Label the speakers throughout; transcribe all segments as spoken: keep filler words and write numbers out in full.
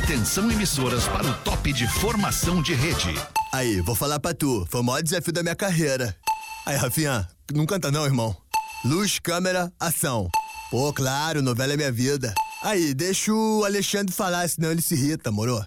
Speaker 1: Atenção emissoras para o top de formação de rede.
Speaker 2: Aí, vou falar pra tu, foi o maior desafio da minha carreira. Aí, Rafinha, não canta não, irmão. Luz, câmera, ação. Pô, claro, novela é minha vida. Aí, deixa o Alexandre falar, senão ele se irrita, moro?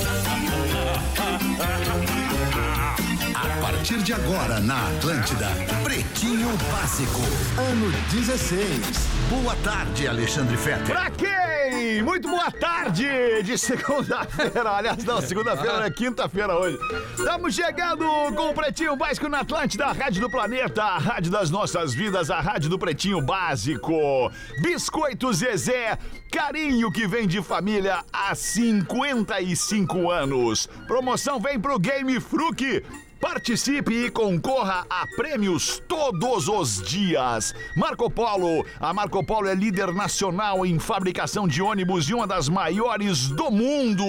Speaker 1: A partir de agora, na Atlântida, Pretinho Básico, ano dezesseis. Boa tarde, Alexandre Fetter.
Speaker 3: Pra quem? Muito boa tarde de segunda-feira. Aliás, não, segunda-feira é quinta-feira hoje. Estamos chegando com o Pretinho Básico na Atlântida, a Rádio do Planeta, a Rádio das Nossas Vidas, a Rádio do Pretinho Básico. Biscoito Zezé, carinho que vem de família há cinquenta e cinco anos. Promoção vem pro Game Fruc. Participe e concorra a prêmios todos os dias. Marco Polo. A Marco Polo é líder nacional em fabricação de ônibus e uma das maiores do mundo.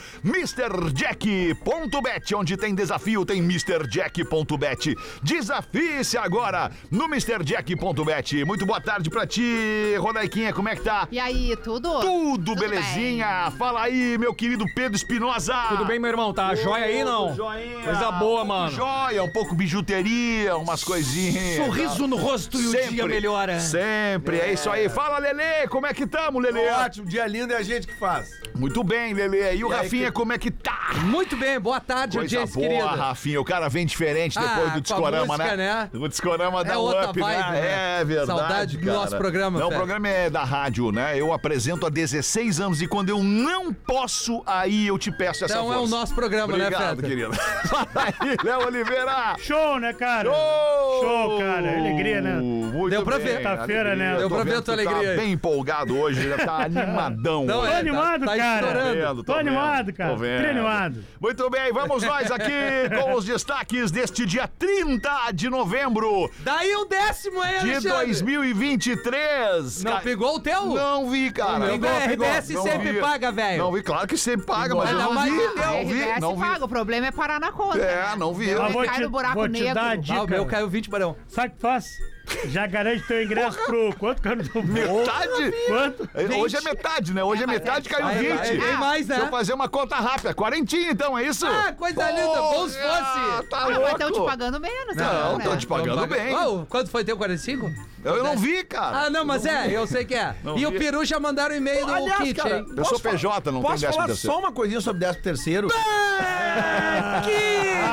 Speaker 3: mister Jack ponto bet, onde tem desafio, tem mister Jack ponto bet. Desafie-se agora no mister Jack ponto bet. Muito boa tarde pra ti, Rodaiquinha, como é que tá?
Speaker 4: E aí, tudo?
Speaker 3: Tudo,
Speaker 4: Tudo
Speaker 3: belezinha?
Speaker 4: bem.
Speaker 3: Fala aí, meu querido Pedro Espinosa.
Speaker 5: Tudo bem, meu irmão? Tá joia aí, não?
Speaker 3: Joinha.
Speaker 5: Coisa boa, mano.
Speaker 3: Joia, um pouco bijuteria, umas coisinhas.
Speaker 5: Sorriso no rosto e o
Speaker 3: Sempre,
Speaker 5: dia melhora.
Speaker 3: Sempre, é. é isso aí. Fala, Lelê, como é que tamo, Lelê?
Speaker 6: Ótimo, dia lindo é a gente que faz.
Speaker 3: Muito bem, Lelê. E o
Speaker 6: E aí,
Speaker 3: Rafinha,
Speaker 6: que-
Speaker 3: como é que tá?
Speaker 5: Muito bem, boa tarde,
Speaker 3: Coisa
Speaker 5: audiência
Speaker 3: boa,
Speaker 5: querida.
Speaker 3: Rafinha. O cara vem diferente depois
Speaker 5: Ah,
Speaker 3: do
Speaker 5: com a
Speaker 3: Discorama,
Speaker 5: música,
Speaker 3: né?
Speaker 5: né?
Speaker 3: O Discorama
Speaker 5: É
Speaker 3: dá um
Speaker 5: outra
Speaker 3: up,
Speaker 5: vibe,
Speaker 3: né?
Speaker 5: né?
Speaker 3: É verdade,
Speaker 5: Saudade do
Speaker 3: cara.
Speaker 5: nosso programa,
Speaker 3: Não, o
Speaker 5: Fé.
Speaker 3: programa é da rádio, né? Eu apresento há dezesseis anos e quando eu não posso, aí eu te peço essa
Speaker 5: Então
Speaker 3: força.
Speaker 5: é o nosso programa,
Speaker 3: Obrigado,
Speaker 5: né, Feta?
Speaker 3: querido. Fala aí, Léo Oliveira.
Speaker 7: Show, né, cara?
Speaker 3: Show!
Speaker 7: Show, cara. Alegria, né?
Speaker 3: Muito
Speaker 5: Deu pra
Speaker 3: bem,
Speaker 5: ver.
Speaker 7: Quinta-feira,
Speaker 3: alegria.
Speaker 7: né?
Speaker 3: Eu
Speaker 5: Deu
Speaker 3: tô
Speaker 5: pra ver
Speaker 3: vendo
Speaker 5: a tua
Speaker 3: que tu
Speaker 5: alegria
Speaker 3: Tá
Speaker 5: aí.
Speaker 3: bem empolgado hoje, já tá animadão.
Speaker 5: Não,
Speaker 7: Tô
Speaker 5: é,
Speaker 7: animado,
Speaker 5: tá, tá
Speaker 7: cara.
Speaker 5: estourando.
Speaker 3: Tô vendo,
Speaker 7: Tô
Speaker 3: tô
Speaker 7: animado,
Speaker 3: vendo,
Speaker 7: cara.
Speaker 3: tô vendo.
Speaker 7: Tô animado.
Speaker 3: Muito bem, vamos nós aqui com os destaques deste dia trinta de novembro
Speaker 5: Daí o décimo aí,
Speaker 3: de
Speaker 5: Alexandre.
Speaker 3: dois mil e vinte e três.
Speaker 5: Não
Speaker 3: Ca-
Speaker 5: pegou o teu?
Speaker 3: Não vi, cara.
Speaker 5: Meu,
Speaker 3: Não
Speaker 5: R B S
Speaker 3: vi.
Speaker 5: sempre
Speaker 3: vi.
Speaker 5: paga, velho.
Speaker 3: Não vi, claro que sempre paga, mas eu
Speaker 5: Ainda
Speaker 3: não
Speaker 5: mais
Speaker 3: vi.
Speaker 5: que deu.
Speaker 4: A
Speaker 3: Não vi,
Speaker 4: R B S
Speaker 3: não vi.
Speaker 4: paga, o problema é parar na conta.
Speaker 3: É,
Speaker 4: né?
Speaker 3: não vi.
Speaker 4: Ele
Speaker 7: Mas vou
Speaker 4: cai
Speaker 7: te-
Speaker 4: no buraco
Speaker 7: vou te
Speaker 4: negro.
Speaker 7: dar a dica.
Speaker 5: Ah, o meu caiu vinte barão.
Speaker 7: Sabe o que faz? Já garante teu ingresso pro... Quanto, cara?
Speaker 3: Metade?
Speaker 7: Quanto?
Speaker 3: Hoje é metade, né? Hoje é metade, caiu
Speaker 5: Aí,
Speaker 3: vinte.
Speaker 5: aí, vem mais, né?
Speaker 3: Deixa eu fazer uma conta rápida. Quarentinha, então, é isso?
Speaker 5: Ah, coisa linda, bom se
Speaker 3: Ah,
Speaker 5: fosse.
Speaker 3: tá
Speaker 4: Ah,
Speaker 3: louco.
Speaker 4: mas estão te pagando menos.
Speaker 3: Não,
Speaker 4: né?
Speaker 3: tô te pagando bem.
Speaker 5: Oh, quanto foi teu, quarenta e cinco?
Speaker 3: Eu não vi, cara.
Speaker 5: Ah, não, mas é, eu sei que é.
Speaker 3: Não
Speaker 5: E
Speaker 3: vi.
Speaker 5: o Peru já mandaram um e-mail do
Speaker 6: Aliás,
Speaker 5: kit,
Speaker 6: cara,
Speaker 5: hein?
Speaker 3: Eu sou
Speaker 6: posso
Speaker 3: P J, não
Speaker 6: Posso
Speaker 3: tem décimo
Speaker 6: falar
Speaker 3: terceiro.
Speaker 6: só uma coisinha sobre décimo terceiro?
Speaker 5: Que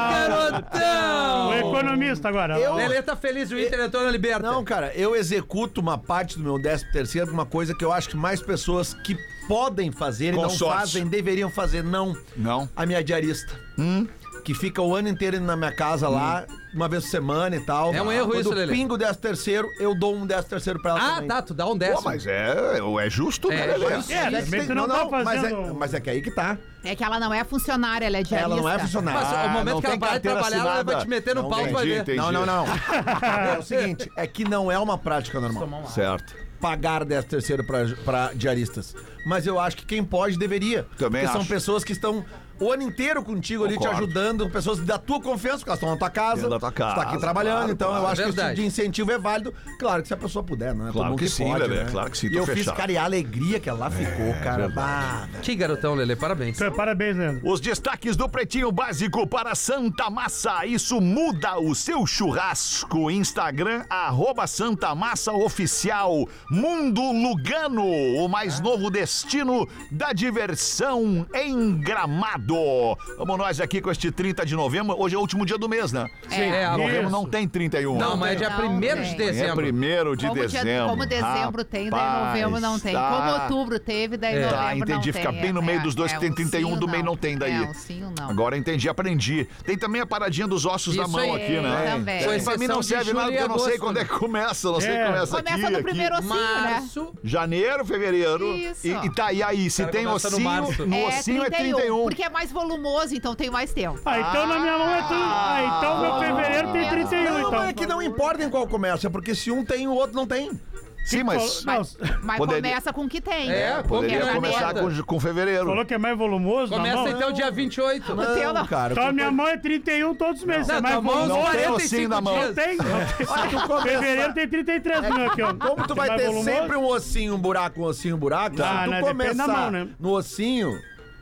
Speaker 5: garotão!
Speaker 7: O economista agora.
Speaker 6: Eu-
Speaker 5: Lelê tá feliz, o Inter entrou na Liberta.
Speaker 6: Não, cara, eu executo uma parte do meu décimo terceiro por uma coisa que eu acho que mais pessoas que podem fazer e não
Speaker 3: Consórcio.
Speaker 6: fazem, deveriam fazer. Não.
Speaker 3: Não.
Speaker 6: A minha diarista.
Speaker 3: Hum?
Speaker 6: Que fica o ano inteiro indo na minha casa lá, uma vez por semana e tal.
Speaker 5: É um erro
Speaker 6: Quando
Speaker 5: isso, Lelê.
Speaker 6: pingo o décimo terceiro, eu dou um décimo terceiro pra ela
Speaker 5: Ah,
Speaker 6: também.
Speaker 5: tá, tu dá um
Speaker 3: Pô,
Speaker 5: décimo.
Speaker 3: mas é, é justo, né,
Speaker 5: É,
Speaker 3: Lelê?
Speaker 5: justo.
Speaker 7: É,
Speaker 6: Mas
Speaker 7: também
Speaker 6: tem-
Speaker 7: tu não, tá
Speaker 6: mas é,
Speaker 7: fazendo...
Speaker 6: mas é que aí que tá.
Speaker 4: É que ela não é funcionária, ela é diarista.
Speaker 6: Ela não é funcionária.
Speaker 5: Mas
Speaker 3: Ah,
Speaker 5: o momento
Speaker 3: não
Speaker 5: que ela
Speaker 3: tem
Speaker 5: parar de
Speaker 3: carteira
Speaker 5: trabalhar, ela
Speaker 3: assinada.
Speaker 5: vai te meter no
Speaker 3: Não
Speaker 5: pau, tu vai
Speaker 3: entendi,
Speaker 5: ver.
Speaker 3: entendi.
Speaker 6: Não, não, não. É o seguinte, é que não é uma prática normal.
Speaker 3: Certo.
Speaker 6: Pagar décimo terceiro pra, pra diaristas. Mas eu acho que quem pode deveria.
Speaker 3: Também
Speaker 6: Porque são
Speaker 3: acho.
Speaker 6: pessoas que estão o ano inteiro contigo ali, te
Speaker 3: Concordo.
Speaker 6: ajudando, pessoas da tua confiança, porque elas estão na tua casa.
Speaker 3: Dentro da tua casa,
Speaker 6: Você tá aqui trabalhando,
Speaker 3: claro,
Speaker 6: então
Speaker 3: claro.
Speaker 6: eu acho que esse
Speaker 5: Verdade.
Speaker 6: tipo de incentivo é válido. Claro que se a pessoa puder, não é?
Speaker 3: Claro
Speaker 6: Todo mundo
Speaker 3: que sim,
Speaker 6: pode,
Speaker 3: Lelê,
Speaker 6: né?
Speaker 3: claro que sim,
Speaker 6: E
Speaker 3: tô
Speaker 6: eu fiz,
Speaker 3: fechado.
Speaker 6: cara, e a alegria que ela ficou, cara. Bah, velho.
Speaker 5: Que garotão, Lelê, parabéns.
Speaker 7: Parabéns, Leandro.
Speaker 3: Os destaques do Pretinho Básico para Santa Massa. Isso muda o seu churrasco. Instagram, arroba Santa Massa Oficial. Mundo Lugano, o mais novo destino da diversão em Gramado. Vamos nós aqui com este trinta de novembro. Hoje é o último dia do mês, né?
Speaker 5: Sim, é, a
Speaker 3: Novembro
Speaker 7: Isso.
Speaker 3: não tem trinta e um.
Speaker 5: Não, mas é dia
Speaker 4: Não
Speaker 5: primeiro
Speaker 4: tem.
Speaker 5: de
Speaker 3: É
Speaker 5: dezembro.
Speaker 3: primeiro de
Speaker 4: como, dia-
Speaker 3: dezembro.
Speaker 4: como dezembro tem, daí
Speaker 3: Rapaz,
Speaker 4: novembro não tem.
Speaker 3: tá.
Speaker 4: Como outubro teve, daí
Speaker 5: É.
Speaker 4: novembro
Speaker 3: Tá, entendi.
Speaker 4: não tem.
Speaker 3: Fica bem no
Speaker 4: É,
Speaker 3: meio dos dois,
Speaker 4: é,
Speaker 3: que tem
Speaker 4: um
Speaker 3: trinta e um,
Speaker 4: sim
Speaker 3: do
Speaker 4: ou
Speaker 3: meio não tem daí.
Speaker 4: É, um sim ou não.
Speaker 3: Agora entendi, aprendi. Tem também a paradinha dos ossos
Speaker 5: Isso
Speaker 3: da mão
Speaker 5: aí,
Speaker 3: aqui, né?
Speaker 4: também.
Speaker 3: É,
Speaker 4: Com
Speaker 3: pra mim não
Speaker 5: exceção de
Speaker 3: serve
Speaker 5: julho
Speaker 3: nada,
Speaker 5: e
Speaker 3: porque eu não sei
Speaker 5: agosto,
Speaker 3: quando é que começa. Eu não sei
Speaker 7: É.
Speaker 3: começa,
Speaker 4: Começa
Speaker 3: aqui.
Speaker 4: no
Speaker 3: aqui.
Speaker 4: primeiro ossinho, né?
Speaker 5: Março.
Speaker 3: Janeiro, fevereiro.
Speaker 4: Isso.
Speaker 3: E, e tá, e aí, se
Speaker 5: Cara,
Speaker 3: tem
Speaker 5: começa no
Speaker 3: ossinho,
Speaker 5: março.
Speaker 3: no ossinho é trinta e um.
Speaker 4: Porque é mais volumoso, então tem mais tempo.
Speaker 7: Ah, então na minha mão é tudo... Ah, então meu fevereiro tem trinta e um,
Speaker 6: Não,
Speaker 7: então.
Speaker 6: mas é que não importa em qual comércio, é porque se um tem, o outro não tem.
Speaker 3: Sim, mas
Speaker 7: Não,
Speaker 4: Mas
Speaker 3: Poderia-
Speaker 4: começa com o que tem.
Speaker 5: É,
Speaker 3: poderia
Speaker 4: Porque
Speaker 3: começar
Speaker 4: janeiro-
Speaker 3: com, com fevereiro.
Speaker 7: falou que é mais volumoso na
Speaker 5: Começa
Speaker 7: mão?
Speaker 5: então dia vinte e oito.
Speaker 4: O teu não.
Speaker 6: cara.
Speaker 7: Então a
Speaker 6: tu
Speaker 7: minha
Speaker 6: pode-
Speaker 7: mão é trinta e um todos os meses.
Speaker 5: Não,
Speaker 7: é mais
Speaker 5: tua mão
Speaker 7: volumoso.
Speaker 3: Não tem
Speaker 5: quarenta e
Speaker 3: ossinho
Speaker 5: cinco
Speaker 3: na mão.
Speaker 7: Não
Speaker 5: dias.
Speaker 7: tem.
Speaker 6: Ah, tu começa-
Speaker 7: Fevereiro tem trinta e três no meu aqui, ó.
Speaker 6: Como tu vai
Speaker 7: Mais
Speaker 6: ter
Speaker 7: volumoso?
Speaker 6: sempre um ossinho, um buraco, um ossinho, um buraco,
Speaker 7: Ah,
Speaker 6: se tu
Speaker 7: né, depende
Speaker 6: começar
Speaker 7: da mão, né?
Speaker 6: no ossinho,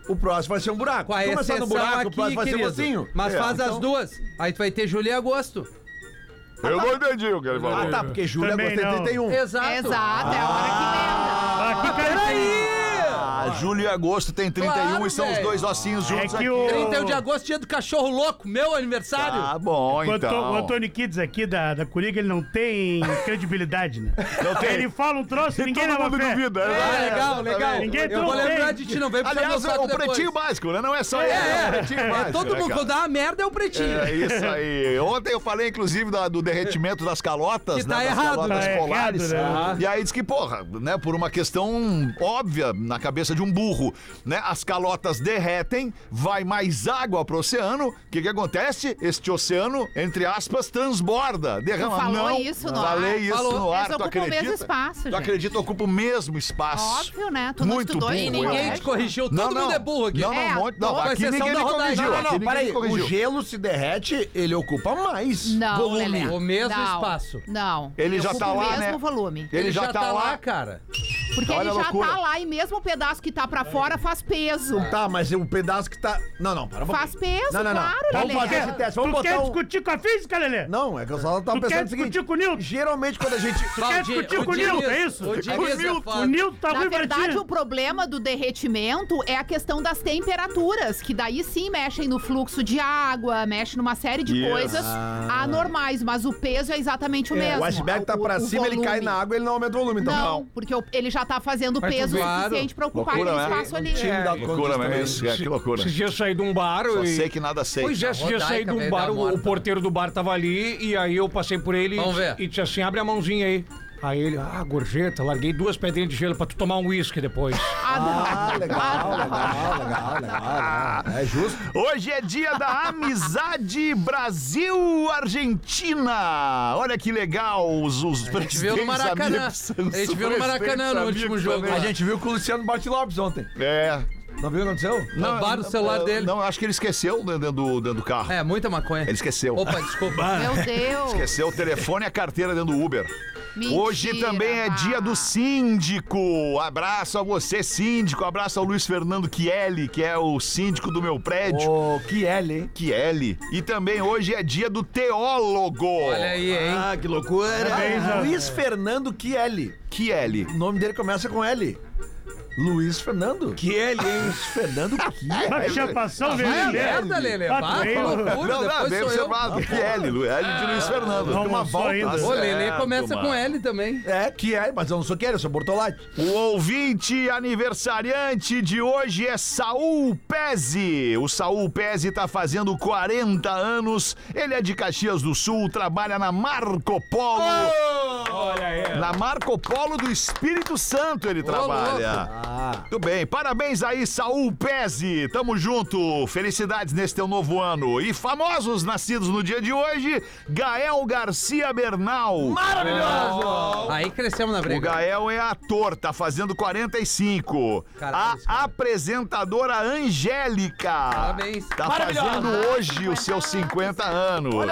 Speaker 6: o próximo vai ser um buraco.
Speaker 5: Com a
Speaker 6: Começar
Speaker 5: exceção
Speaker 6: no buraco,
Speaker 5: aqui,
Speaker 6: o próximo vai ser
Speaker 5: querido.
Speaker 6: mocinho.
Speaker 5: Mas
Speaker 6: É,
Speaker 5: faz as
Speaker 6: então-
Speaker 5: duas. Aí tu vai ter julho e agosto.
Speaker 3: Eu não entendi o que ele falou.
Speaker 6: Ah, tá, porque julho
Speaker 7: Também
Speaker 6: agosto é
Speaker 7: não.
Speaker 6: trinta e um.
Speaker 5: Exato.
Speaker 4: Exato, é a hora que emenda.
Speaker 7: Aqui, cara,
Speaker 5: Peraí!
Speaker 3: Ah, julho e agosto tem trinta e um
Speaker 5: Claro,
Speaker 3: e são os
Speaker 5: velho.
Speaker 3: dois ossinhos
Speaker 7: É
Speaker 3: juntos
Speaker 7: que
Speaker 3: aqui.
Speaker 7: o...
Speaker 5: trinta e um de agosto, dia do cachorro louco, meu aniversário.
Speaker 3: Tá bom,
Speaker 7: O, Anto- o
Speaker 3: então.
Speaker 7: Antônio Kids aqui da, da Curiga, ele não tem credibilidade, né?
Speaker 3: Não tem.
Speaker 7: Ele fala um troço e ninguém
Speaker 3: Todo
Speaker 7: leva
Speaker 3: mundo
Speaker 7: fé.
Speaker 3: duvida.
Speaker 5: É, legal,
Speaker 3: exatamente.
Speaker 5: legal.
Speaker 7: Ninguém
Speaker 5: Eu vou
Speaker 7: tem.
Speaker 5: lembrar de ti, não vem puxar meu
Speaker 3: Aliás, é
Speaker 5: saco
Speaker 3: o
Speaker 5: depois.
Speaker 3: pretinho básico, né? Não é só
Speaker 5: É,
Speaker 3: ele, é o
Speaker 5: é,
Speaker 3: pretinho
Speaker 5: é,
Speaker 3: básico.
Speaker 5: todo
Speaker 3: né,
Speaker 5: mundo,
Speaker 3: cara?
Speaker 5: quando dá uma merda, é o pretinho.
Speaker 3: É isso aí. Ontem eu falei, inclusive, da- do derretimento das calotas,
Speaker 5: Que tá
Speaker 3: né? Das
Speaker 5: errado.
Speaker 3: calotas
Speaker 7: Tá
Speaker 3: polares.
Speaker 7: errado, né?
Speaker 3: E aí diz que, porra, né? Por uma questão óbvia na cabeça de um burro, né? As calotas derretem, vai mais água pro oceano. O que que acontece? Este oceano, entre aspas, transborda, derrama.
Speaker 4: Tu falou
Speaker 3: Não,
Speaker 4: isso no
Speaker 3: falei
Speaker 4: ar.
Speaker 3: isso
Speaker 5: Falou.
Speaker 3: no ar,
Speaker 4: Eles
Speaker 3: tu
Speaker 4: ocupam o
Speaker 3: acredita?
Speaker 4: mesmo espaço,
Speaker 3: Tu
Speaker 4: gente.
Speaker 3: acredita, ocupa o mesmo espaço.
Speaker 4: Óbvio, né? Tu não
Speaker 3: Muito
Speaker 4: estudou
Speaker 3: burro,
Speaker 4: isso,
Speaker 3: eu
Speaker 5: Ninguém
Speaker 3: acho.
Speaker 5: te corrigiu, todo
Speaker 3: Não, não.
Speaker 5: mundo é burro aqui.
Speaker 3: Não, não,
Speaker 4: É,
Speaker 3: um monte- não,
Speaker 4: com
Speaker 3: aqui
Speaker 5: exceção
Speaker 3: ninguém
Speaker 5: da
Speaker 3: me
Speaker 5: rodagem.
Speaker 3: corrigiu.
Speaker 6: Não, não,
Speaker 3: aqui
Speaker 6: não,
Speaker 3: ninguém
Speaker 6: peraí.
Speaker 3: me
Speaker 6: O
Speaker 3: corrigiu.
Speaker 6: gelo se derrete, ele ocupa mais
Speaker 4: Não,
Speaker 6: volume.
Speaker 4: Lelé.
Speaker 5: O mesmo
Speaker 4: Não,
Speaker 5: espaço.
Speaker 4: Não.
Speaker 3: Ele já
Speaker 4: ocupa
Speaker 3: tá
Speaker 4: o
Speaker 3: lá,
Speaker 4: mesmo
Speaker 3: né?
Speaker 4: volume.
Speaker 3: Ele já tá lá.
Speaker 5: cara.
Speaker 4: Porque
Speaker 3: Olha
Speaker 4: ele
Speaker 3: a
Speaker 4: já
Speaker 3: loucura.
Speaker 4: tá lá e mesmo o pedaço que tá pra fora faz peso.
Speaker 6: Tá, mas o pedaço que tá... Não, não, para um
Speaker 4: Faz
Speaker 6: pouquinho.
Speaker 4: peso,
Speaker 6: Não, não, não.
Speaker 4: claro,
Speaker 6: Vamos
Speaker 4: Lelé.
Speaker 6: fazer esse teste. Vamos
Speaker 7: Tu quer
Speaker 6: botar um...
Speaker 7: discutir com a física, Lelê?
Speaker 6: Não, é que eu só tava
Speaker 7: Tu quer
Speaker 6: pensando o seguinte.
Speaker 7: discutir com o Nilton?
Speaker 6: Geralmente quando a gente...
Speaker 7: Tu quer discutir com o Nilton, é isso?
Speaker 5: O Diniz é
Speaker 7: O
Speaker 5: foda.
Speaker 7: Nilton tá
Speaker 4: Na
Speaker 7: ruim pra
Speaker 4: verdade,
Speaker 7: ti.
Speaker 4: o problema do derretimento é a questão das temperaturas, que daí sim mexem no fluxo de água, mexe numa série de
Speaker 3: Yes.
Speaker 4: coisas anormais, mas o peso é exatamente o
Speaker 6: É,
Speaker 4: mesmo.
Speaker 6: o iceberg tá
Speaker 4: O-
Speaker 6: pra
Speaker 4: o
Speaker 6: cima, ele cai
Speaker 4: volume.
Speaker 6: na água, ele não aumenta o volume, então.
Speaker 4: Não, porque o- ele já tá fazendo
Speaker 5: Mas tu
Speaker 4: peso
Speaker 5: vê.
Speaker 4: suficiente pra ocupar
Speaker 3: Loucura,
Speaker 4: aquele
Speaker 3: né?
Speaker 4: espaço ali.
Speaker 6: Time
Speaker 7: É,
Speaker 6: da
Speaker 3: Loucura mesmo
Speaker 6: também.
Speaker 3: isso, é, que loucura.
Speaker 8: Esses dias eu saí de um bar
Speaker 3: Só
Speaker 8: e...
Speaker 3: sei que nada sei.
Speaker 8: Pois é, esses dias eu saí de
Speaker 5: Rodaica
Speaker 8: um
Speaker 5: veio
Speaker 8: bar,
Speaker 5: da
Speaker 8: o,
Speaker 5: morta.
Speaker 8: o porteiro do bar tava ali e aí eu passei por ele
Speaker 5: Vamos ver.
Speaker 8: e disse assim, abre a mãozinha aí. Aí ele, ah, gorjeta, larguei duas pedrinhas de gelo pra tu tomar um uísque depois.
Speaker 6: Ah, legal, legal, legal, legal. É justo.
Speaker 3: Hoje é dia da amizade Brasil-Argentina. Olha que legal os, os
Speaker 5: A gente viu no Maracanã. A gente viu no Maracanã no último jogo.
Speaker 6: A gente viu com o Luciano Bart Lopes ontem.
Speaker 3: É.
Speaker 6: Não viu o que aconteceu?
Speaker 5: Roubaram o celular
Speaker 3: não,
Speaker 5: dele.
Speaker 3: Não, acho que ele esqueceu dentro do, dentro do carro.
Speaker 5: É, muita maconha.
Speaker 3: Ele esqueceu.
Speaker 5: Opa, desculpa.
Speaker 4: Meu Deus.
Speaker 3: Esqueceu o telefone e a carteira dentro do Uber.
Speaker 4: Mentira,
Speaker 3: Hoje também é
Speaker 4: pá.
Speaker 3: dia do síndico. Abraço a você, síndico. Abraço ao Luiz Fernando Chielli, que é o síndico do meu prédio.
Speaker 6: Ô, que L, hein?
Speaker 3: Chielli. E também hoje é dia do teólogo.
Speaker 5: Olha aí, hein?
Speaker 6: Ah, que loucura.
Speaker 7: Parabéns,
Speaker 6: Ah,
Speaker 7: ó.
Speaker 6: Luiz Fernando Chielli.
Speaker 3: Chielli.
Speaker 6: O nome dele começa com L. Luiz Fernando. Chielli, hein? Luiz Fernando Chielli.
Speaker 7: Mas chapação,
Speaker 5: Vai a
Speaker 7: velho.
Speaker 5: merda, Lelê.
Speaker 7: Ah,
Speaker 5: Vai, que
Speaker 7: veio.
Speaker 5: loucura.
Speaker 3: Não, não,
Speaker 5: Depois
Speaker 3: bem
Speaker 5: sou eu.
Speaker 3: observado. Chielli, Lu- L de Luiz Fernando.
Speaker 7: Não
Speaker 3: Uma
Speaker 7: almoçou
Speaker 3: volta.
Speaker 7: ainda.
Speaker 5: Ô, Lelê
Speaker 3: certo,
Speaker 5: começa
Speaker 3: mano.
Speaker 5: com L também.
Speaker 6: É, Chielli, mas eu não sou Chielli, eu sou Bortolatti.
Speaker 3: O ouvinte aniversariante de hoje é Saul Pezzi. O Saul Pezzi tá fazendo quarenta anos. Ele é de Caxias do Sul, trabalha na Marco Polo.
Speaker 8: Olha aí.
Speaker 3: Na Marco Polo do Espírito Santo ele trabalha. Muito bem, parabéns aí, Saul Pezzi. Tamo junto. Felicidades nesse teu novo ano. E famosos nascidos no dia de hoje, Gael Garcia Bernal.
Speaker 6: Maravilhoso!
Speaker 5: Aí crescemos na
Speaker 3: O
Speaker 5: briga.
Speaker 3: Gael é ator, tá fazendo quarenta e cinco.
Speaker 5: Caralho, esse
Speaker 3: A
Speaker 5: cara.
Speaker 3: apresentadora Angélica.
Speaker 5: Parabéns.
Speaker 3: Tá
Speaker 6: Maravilhosa.
Speaker 3: fazendo hoje os seus cinquenta anos.
Speaker 6: Olha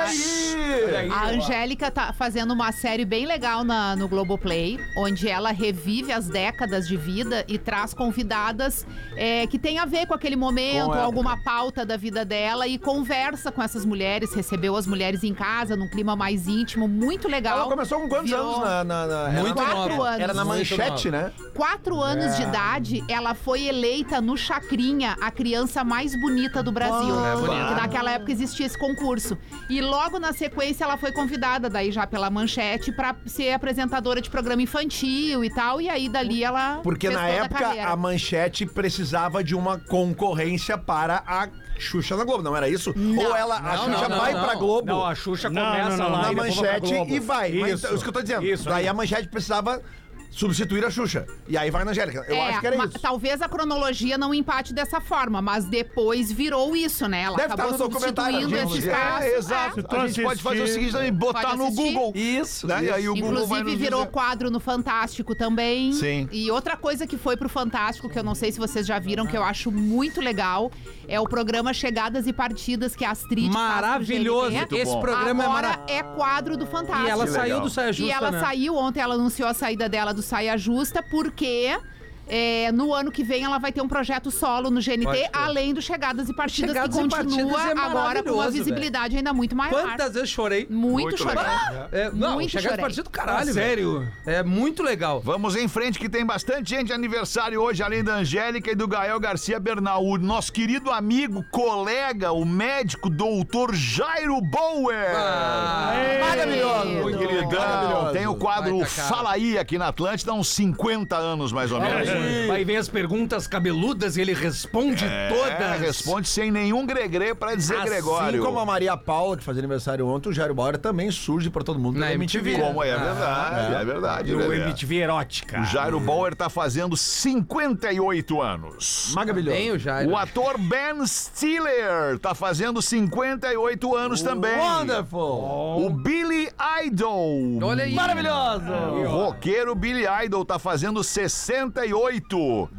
Speaker 6: aí!
Speaker 4: A Angélica tá fazendo uma série bem legal na, no Globoplay, onde ela revive as décadas de vida e traz convidadas é, que tem a ver com aquele momento,
Speaker 6: Com época.
Speaker 4: alguma pauta da vida dela e conversa com essas mulheres, recebeu as mulheres em casa, num clima mais íntimo, muito legal.
Speaker 6: Ela começou com quantos
Speaker 4: Virou
Speaker 6: anos na... na, na
Speaker 5: Muito
Speaker 6: era,
Speaker 4: quatro
Speaker 5: nova.
Speaker 4: anos.
Speaker 6: era na
Speaker 5: Muito
Speaker 6: manchete,
Speaker 5: nova.
Speaker 6: né?
Speaker 4: Quatro anos de idade, ela foi eleita no Chacrinha a criança mais bonita do Brasil.
Speaker 5: É bonita.
Speaker 4: Que naquela época existia esse concurso. E logo na sequência ela foi convidada, daí já pela Manchete, pra ser apresentadora de programa infantil e tal. E aí dali ela
Speaker 6: Porque
Speaker 4: fez
Speaker 6: na
Speaker 4: toda a
Speaker 6: época
Speaker 4: carreira.
Speaker 6: a manchete precisava de uma concorrência para a Xuxa na Globo, não era isso? Ou ela, a
Speaker 5: Não,
Speaker 6: Xuxa
Speaker 5: não,
Speaker 6: vai
Speaker 5: não,
Speaker 6: pra
Speaker 5: não.
Speaker 6: Globo
Speaker 8: Não, a Xuxa
Speaker 7: Não,
Speaker 8: começa
Speaker 7: não, não,
Speaker 8: lá
Speaker 6: na
Speaker 8: e depois vai pra
Speaker 6: manchete
Speaker 8: Globo.
Speaker 6: e vai. Mas
Speaker 8: Isso,
Speaker 6: então, isso que eu tô dizendo.
Speaker 8: Isso,
Speaker 6: Daí
Speaker 8: aí.
Speaker 6: a manchete precisava substituir a Xuxa. E aí vai na Angélica. Eu
Speaker 4: É,
Speaker 6: acho que era
Speaker 4: ma-
Speaker 6: isso.
Speaker 4: Talvez a cronologia não empate dessa forma, mas depois virou isso, né? Ela
Speaker 6: Deve
Speaker 4: acabou
Speaker 6: estar no documentário,
Speaker 4: substituindo
Speaker 6: gente.
Speaker 4: esse espaço.
Speaker 3: É, exato.
Speaker 7: Se tu
Speaker 3: A gente pode fazer o
Speaker 7: assistir-
Speaker 3: seguinte também, botar
Speaker 4: Pode
Speaker 3: no
Speaker 4: assistir.
Speaker 3: Google.
Speaker 6: Isso.
Speaker 3: Né? E aí o Google vai
Speaker 4: Inclusive
Speaker 3: nos
Speaker 4: virou
Speaker 3: dizer.
Speaker 4: quadro no Fantástico também.
Speaker 3: Sim.
Speaker 4: E outra coisa que foi pro Fantástico, que eu não sei se vocês já viram, que eu acho muito legal, é o programa Chegadas e Partidas, que a Astrid
Speaker 5: Maravilhoso.
Speaker 4: faz pro G N T.
Speaker 5: Esse
Speaker 3: bom.
Speaker 5: programa é
Speaker 4: Agora
Speaker 5: maravilhoso.
Speaker 4: é quadro do Fantástico.
Speaker 5: E ela
Speaker 3: Que
Speaker 5: saiu
Speaker 3: legal.
Speaker 5: do Saia Justa,
Speaker 4: E ela
Speaker 5: né?
Speaker 4: saiu, ontem ela anunciou a saída dela do Saia Justa, porque É, no ano que vem ela vai ter um projeto solo no G N T, além do Chegadas e Partidas,
Speaker 5: Chegadas
Speaker 4: que
Speaker 5: e
Speaker 4: continua
Speaker 5: Partidas é
Speaker 4: agora com uma
Speaker 5: maravilhoso,
Speaker 4: visibilidade ainda muito maior.
Speaker 5: Quantas vezes chorei?
Speaker 4: Muito,
Speaker 3: Muito
Speaker 4: chorei.
Speaker 3: legal.
Speaker 5: É, não,
Speaker 4: Muito
Speaker 5: Chegadas e
Speaker 4: chorei.
Speaker 5: Partidas do caralho,
Speaker 8: Ah,
Speaker 5: velho.
Speaker 8: sério?
Speaker 5: É muito legal.
Speaker 3: Vamos em frente que tem bastante gente de aniversário hoje, além da Angélica e do Gael Garcia Bernal. O nosso querido amigo, colega, o médico, doutor Jairo Bauer.
Speaker 5: Ah,
Speaker 3: Maravilhoso.
Speaker 4: Muito
Speaker 3: Queridão.
Speaker 6: maravilhoso.
Speaker 3: Tem o quadro
Speaker 5: Baita cara.
Speaker 3: Fala Aí aqui na Atlântida há uns cinquenta anos, mais ou menos.
Speaker 8: Aí vem as perguntas cabeludas e ele responde
Speaker 3: É,
Speaker 8: todas.
Speaker 3: responde sem nenhum gregre pra dizer Gregório.
Speaker 6: Assim como a Maria Paula, que fazia aniversário ontem, o Jairo Bauer também surge pra todo mundo
Speaker 5: Na
Speaker 6: na
Speaker 5: M
Speaker 6: M
Speaker 5: T
Speaker 6: T
Speaker 5: V.
Speaker 6: V.
Speaker 3: Como é
Speaker 5: Ah,
Speaker 3: verdade, é, verdade.
Speaker 8: O
Speaker 3: Lelê.
Speaker 8: M T V erótica.
Speaker 3: O Jairo Bauer tá fazendo cinquenta e oito anos.
Speaker 6: Maravilhoso.
Speaker 5: Bem o Jairo.
Speaker 3: O ator Ben Stiller tá fazendo cinquenta e oito anos também.
Speaker 6: Wonderful.
Speaker 3: O Billy Idol.
Speaker 5: Olha aí.
Speaker 6: Maravilhoso.
Speaker 3: O roqueiro Billy Idol tá fazendo sessenta e oito.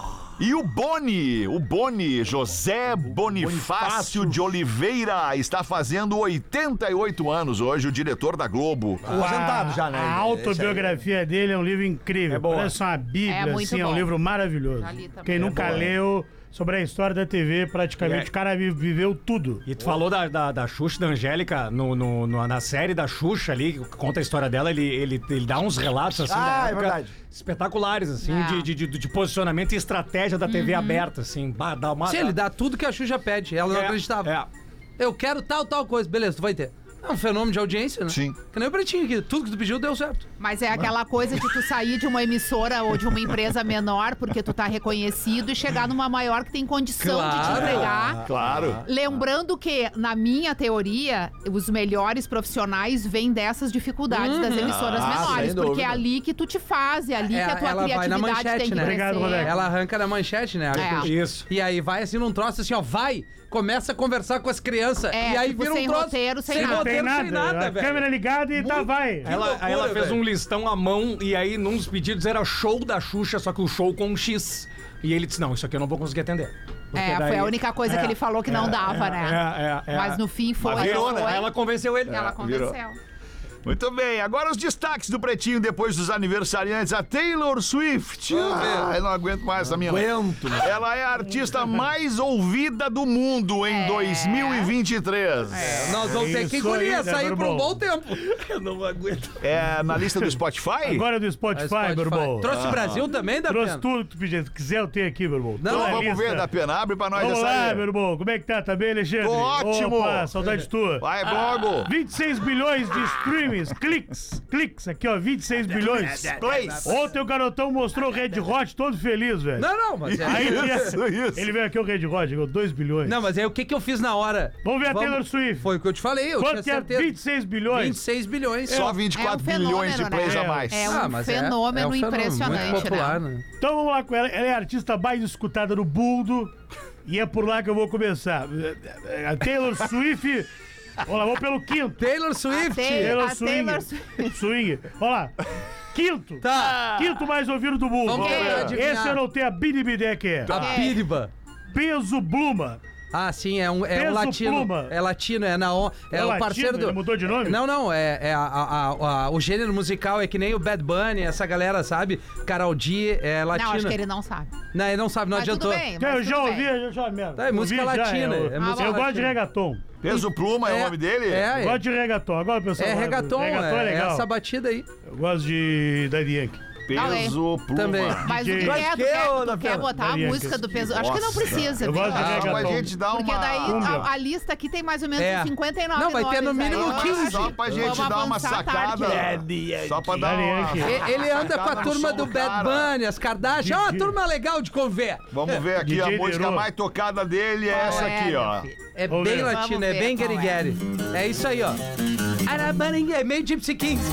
Speaker 3: E o Boni, o Boni, José Bonifácio de Oliveira, está fazendo oitenta e oito anos hoje, o diretor da Globo.
Speaker 6: Aposentado já, né?
Speaker 7: A autobiografia dele é um livro incrível.
Speaker 8: É boa.
Speaker 7: Parece uma bíblia,
Speaker 4: É muito
Speaker 7: assim, é um
Speaker 4: bom.
Speaker 7: livro maravilhoso.
Speaker 4: Já li também.
Speaker 7: Quem
Speaker 4: É
Speaker 7: nunca leu sobre a história da T V, praticamente,
Speaker 8: É.
Speaker 7: o cara vi- viveu tudo.
Speaker 8: E tu falou da, da, da Xuxa, da Angélica, no, no- no- na série da Xuxa ali, que conta a história dela, ele, ele, ele dá uns relatos assim,
Speaker 6: Ah,
Speaker 8: da
Speaker 6: é
Speaker 8: época,
Speaker 6: verdade.
Speaker 8: espetaculares, assim,
Speaker 4: É.
Speaker 8: de, de, de- de posicionamento e estratégia da T V aberta, assim. Bah, dá uma,
Speaker 5: Sim, ele dá tudo que a Xuxa pede. Ela não
Speaker 8: É,
Speaker 5: acreditava.
Speaker 8: é.
Speaker 5: Eu quero tal, tal coisa. Beleza, tu vai ter. É um fenômeno de audiência, né?
Speaker 3: Sim.
Speaker 5: Que nem o Pretinho aqui. Tudo que tu pediu deu certo.
Speaker 4: Mas é aquela coisa de tu sair de uma emissora ou de uma empresa menor porque tu tá reconhecido e chegar numa maior que tem condição de te
Speaker 5: Claro.
Speaker 4: entregar.
Speaker 3: Claro.
Speaker 4: Lembrando que, na minha teoria, os melhores profissionais vêm dessas dificuldades das emissoras
Speaker 6: Ah,
Speaker 4: menores.
Speaker 6: sem
Speaker 4: Porque
Speaker 6: dúvida.
Speaker 4: é ali que tu te faz, é ali
Speaker 5: É,
Speaker 4: que a tua
Speaker 5: ela vai na
Speaker 4: criatividade
Speaker 5: manchete,
Speaker 4: tem que
Speaker 5: né?
Speaker 7: Obrigado,
Speaker 4: crescer.
Speaker 7: Rodaica.
Speaker 5: Ela arranca na manchete, né?
Speaker 4: É.
Speaker 8: Isso.
Speaker 5: E aí vai assim num troço assim, ó, vai, começa a conversar com as crianças.
Speaker 4: É,
Speaker 5: e aí
Speaker 4: tipo,
Speaker 5: vira um
Speaker 4: sem
Speaker 5: troço.
Speaker 4: roteiro, sem
Speaker 7: Não
Speaker 4: nada.
Speaker 7: tem
Speaker 5: roteiro,
Speaker 7: nada,
Speaker 5: sem nada,
Speaker 7: a
Speaker 5: velho.
Speaker 7: câmera ligada e tá, vai.
Speaker 8: Ela,
Speaker 5: loucura,
Speaker 8: ela fez
Speaker 5: velho.
Speaker 8: um listão à mão e aí, num dos pedidos, era show da Xuxa, só que o show com um X. E ele disse: não, isso aqui eu não vou conseguir atender. Porque
Speaker 4: É, foi
Speaker 8: daí-
Speaker 4: a única coisa
Speaker 8: É,
Speaker 4: que ele falou que não dava, né?
Speaker 8: É, é, é.
Speaker 4: Mas no fim foi.
Speaker 3: Mas virou,
Speaker 4: foi.
Speaker 3: né?
Speaker 8: Ela convenceu ele.
Speaker 4: Ela
Speaker 3: virou.
Speaker 4: convenceu.
Speaker 3: Muito bem, agora os destaques do Pretinho depois dos aniversariantes. A Taylor Swift. Ah, eu não aguento mais essa minha.
Speaker 6: Aguento, mano.
Speaker 3: Ela é a artista mais ouvida do mundo em
Speaker 4: É.
Speaker 3: dois mil e vinte e três.
Speaker 5: É, nós vamos ter que
Speaker 7: Isso
Speaker 5: engolir
Speaker 7: aí,
Speaker 5: essa aí
Speaker 7: né,
Speaker 5: por um
Speaker 7: Bruno?
Speaker 5: bom tempo.
Speaker 8: Eu não aguento.
Speaker 3: É na lista do Spotify?
Speaker 7: Agora do Spotify,
Speaker 5: Spotify.
Speaker 7: meu irmão.
Speaker 5: Trouxe Brasil também, da
Speaker 7: Trouxe tudo que tu pedia. Se quiser, eu tenho aqui, meu irmão.
Speaker 5: Não,
Speaker 7: Toda a
Speaker 3: Vamos
Speaker 7: lista.
Speaker 3: ver da pena. Abre pra nós
Speaker 7: Vamos
Speaker 3: essa
Speaker 7: lá,
Speaker 3: aí.
Speaker 7: meu irmão. Como é que tá? Tá bem, Alexandre?
Speaker 3: Tô ótimo.
Speaker 7: Opa, saudade tua.
Speaker 3: Vai, Bogo.
Speaker 7: vinte e seis bilhões de streamings, cliques, cliques, aqui ó, vinte e seis bilhões.
Speaker 3: Plays.
Speaker 7: Ontem o garotão mostrou o Red Hot todo feliz, velho.
Speaker 5: Não, não, mas é...
Speaker 7: Aí tinha-
Speaker 3: Isso, isso.
Speaker 7: ele veio aqui o Red Hot, chegou dois bilhões.
Speaker 5: Não, mas aí o que que eu fiz na hora?
Speaker 7: Vamos ver a Taylor Swift.
Speaker 5: Foi o que eu te falei, eu
Speaker 7: Quanto que
Speaker 5: tinha
Speaker 7: é
Speaker 5: certeza.
Speaker 7: vinte e seis bilhões?
Speaker 5: vinte e seis bilhões.
Speaker 3: Só vinte e quatro
Speaker 4: É um
Speaker 3: bilhões de
Speaker 4: fenômeno,
Speaker 3: plays
Speaker 7: né?
Speaker 3: a mais.
Speaker 4: É um
Speaker 5: Ah, mas é-
Speaker 4: fenômeno
Speaker 5: é um fenômeno
Speaker 4: impressionante,
Speaker 5: muito popular,
Speaker 4: né?
Speaker 5: né?
Speaker 7: Então vamos lá com ela. Ela é a artista mais escutada no mundo. E é por lá que eu vou começar. A Taylor Swift. Vamos lá, vamos pelo quinto.
Speaker 5: Taylor Swift.
Speaker 4: A Taylor-
Speaker 7: Taylor
Speaker 4: a
Speaker 7: Swing.
Speaker 4: Taylor Swift.
Speaker 7: Swing. Vamos lá. Quinto.
Speaker 5: Tá.
Speaker 7: Quinto mais ouvido do mundo.
Speaker 5: Vamos
Speaker 4: tentar
Speaker 5: adivinhar.
Speaker 7: Esse eu não tenho a mínima ideia que é.
Speaker 5: A Biriba.
Speaker 7: Peso Bluma.
Speaker 5: Ah, sim, é um, é um
Speaker 7: Peso
Speaker 5: latino.
Speaker 7: Pluma.
Speaker 5: É latino, é na on, é,
Speaker 7: É
Speaker 5: o
Speaker 7: latino?
Speaker 5: parceiro do.
Speaker 7: Ele mudou de nome?
Speaker 5: Não, não, é, é a- a- a- a- o gênero musical é que nem o Bad Bunny, essa galera, sabe? Carol D é latino.
Speaker 4: Não, acho que ele não sabe.
Speaker 5: Não, ele não sabe, não
Speaker 4: Mas
Speaker 5: adiantou.
Speaker 4: tudo bem,
Speaker 7: Que eu
Speaker 4: mas
Speaker 7: já
Speaker 4: tudo
Speaker 7: ouvi,
Speaker 4: bem.
Speaker 7: eu já merda.
Speaker 5: Tá, é música
Speaker 7: Ouvi já,
Speaker 5: latina,
Speaker 7: eu-
Speaker 5: é
Speaker 7: eu
Speaker 5: música
Speaker 7: gosto de
Speaker 5: latina.
Speaker 7: reggaeton.
Speaker 3: Peso Pluma é,
Speaker 5: É,
Speaker 3: o nome dele?
Speaker 5: É,
Speaker 7: Eu gosto de reggaeton. Agora, pessoal.
Speaker 5: é
Speaker 7: vai-
Speaker 5: reggaeton,
Speaker 7: reggaeton
Speaker 5: é,
Speaker 7: é
Speaker 5: é
Speaker 7: legal.
Speaker 5: essa batida aí.
Speaker 7: Eu gosto de Daddy Yankee.
Speaker 3: Peso Pluma.
Speaker 5: Também.
Speaker 4: Mas o
Speaker 7: D J.
Speaker 4: que é? Tu
Speaker 6: Mas que,
Speaker 4: quer,
Speaker 6: ô,
Speaker 4: tu
Speaker 6: Dafena?
Speaker 4: quer botar a
Speaker 7: Daria
Speaker 4: música
Speaker 7: que-
Speaker 4: do peso? Acho que não
Speaker 3: Nossa.
Speaker 4: precisa.
Speaker 7: Eu
Speaker 4: viu?
Speaker 7: gosto de
Speaker 3: Ah,
Speaker 7: reggaeton.
Speaker 3: pra gente dar
Speaker 4: Porque
Speaker 3: uma...
Speaker 4: daí
Speaker 7: Cumbia.
Speaker 4: a, a lista aqui tem mais ou menos
Speaker 5: É.
Speaker 4: uns cinquenta e nove
Speaker 5: Não, vai ter no
Speaker 4: nomes aí.
Speaker 5: mínimo
Speaker 4: Eu
Speaker 5: quinze.
Speaker 4: acho-
Speaker 3: Só pra gente
Speaker 4: Vamos
Speaker 3: dar uma
Speaker 4: avançar tarde,
Speaker 3: sacada.
Speaker 4: né?
Speaker 3: Só pra dar
Speaker 7: Daddy
Speaker 3: uma...
Speaker 7: Yankee.
Speaker 5: E- Ele anda com a
Speaker 3: Sacada no
Speaker 5: turma
Speaker 3: som
Speaker 5: do
Speaker 3: do
Speaker 5: Bad
Speaker 3: cara.
Speaker 5: Bunny, as Kardashian. É uma
Speaker 7: D J.
Speaker 5: turma legal de conver.
Speaker 3: Vamos ver aqui,
Speaker 7: D J
Speaker 3: a música
Speaker 7: Leroy.
Speaker 3: mais tocada dele é
Speaker 4: Qual
Speaker 3: essa
Speaker 4: é,
Speaker 3: aqui,
Speaker 4: meu
Speaker 3: ó.
Speaker 4: filho?
Speaker 5: É
Speaker 7: Vamos
Speaker 5: bem
Speaker 7: ver.
Speaker 5: latino,
Speaker 4: Vamos
Speaker 5: é
Speaker 4: ver
Speaker 5: bem
Speaker 4: qual é.
Speaker 5: guerigueri. É isso aí, ó. É meio Gypsy Kings.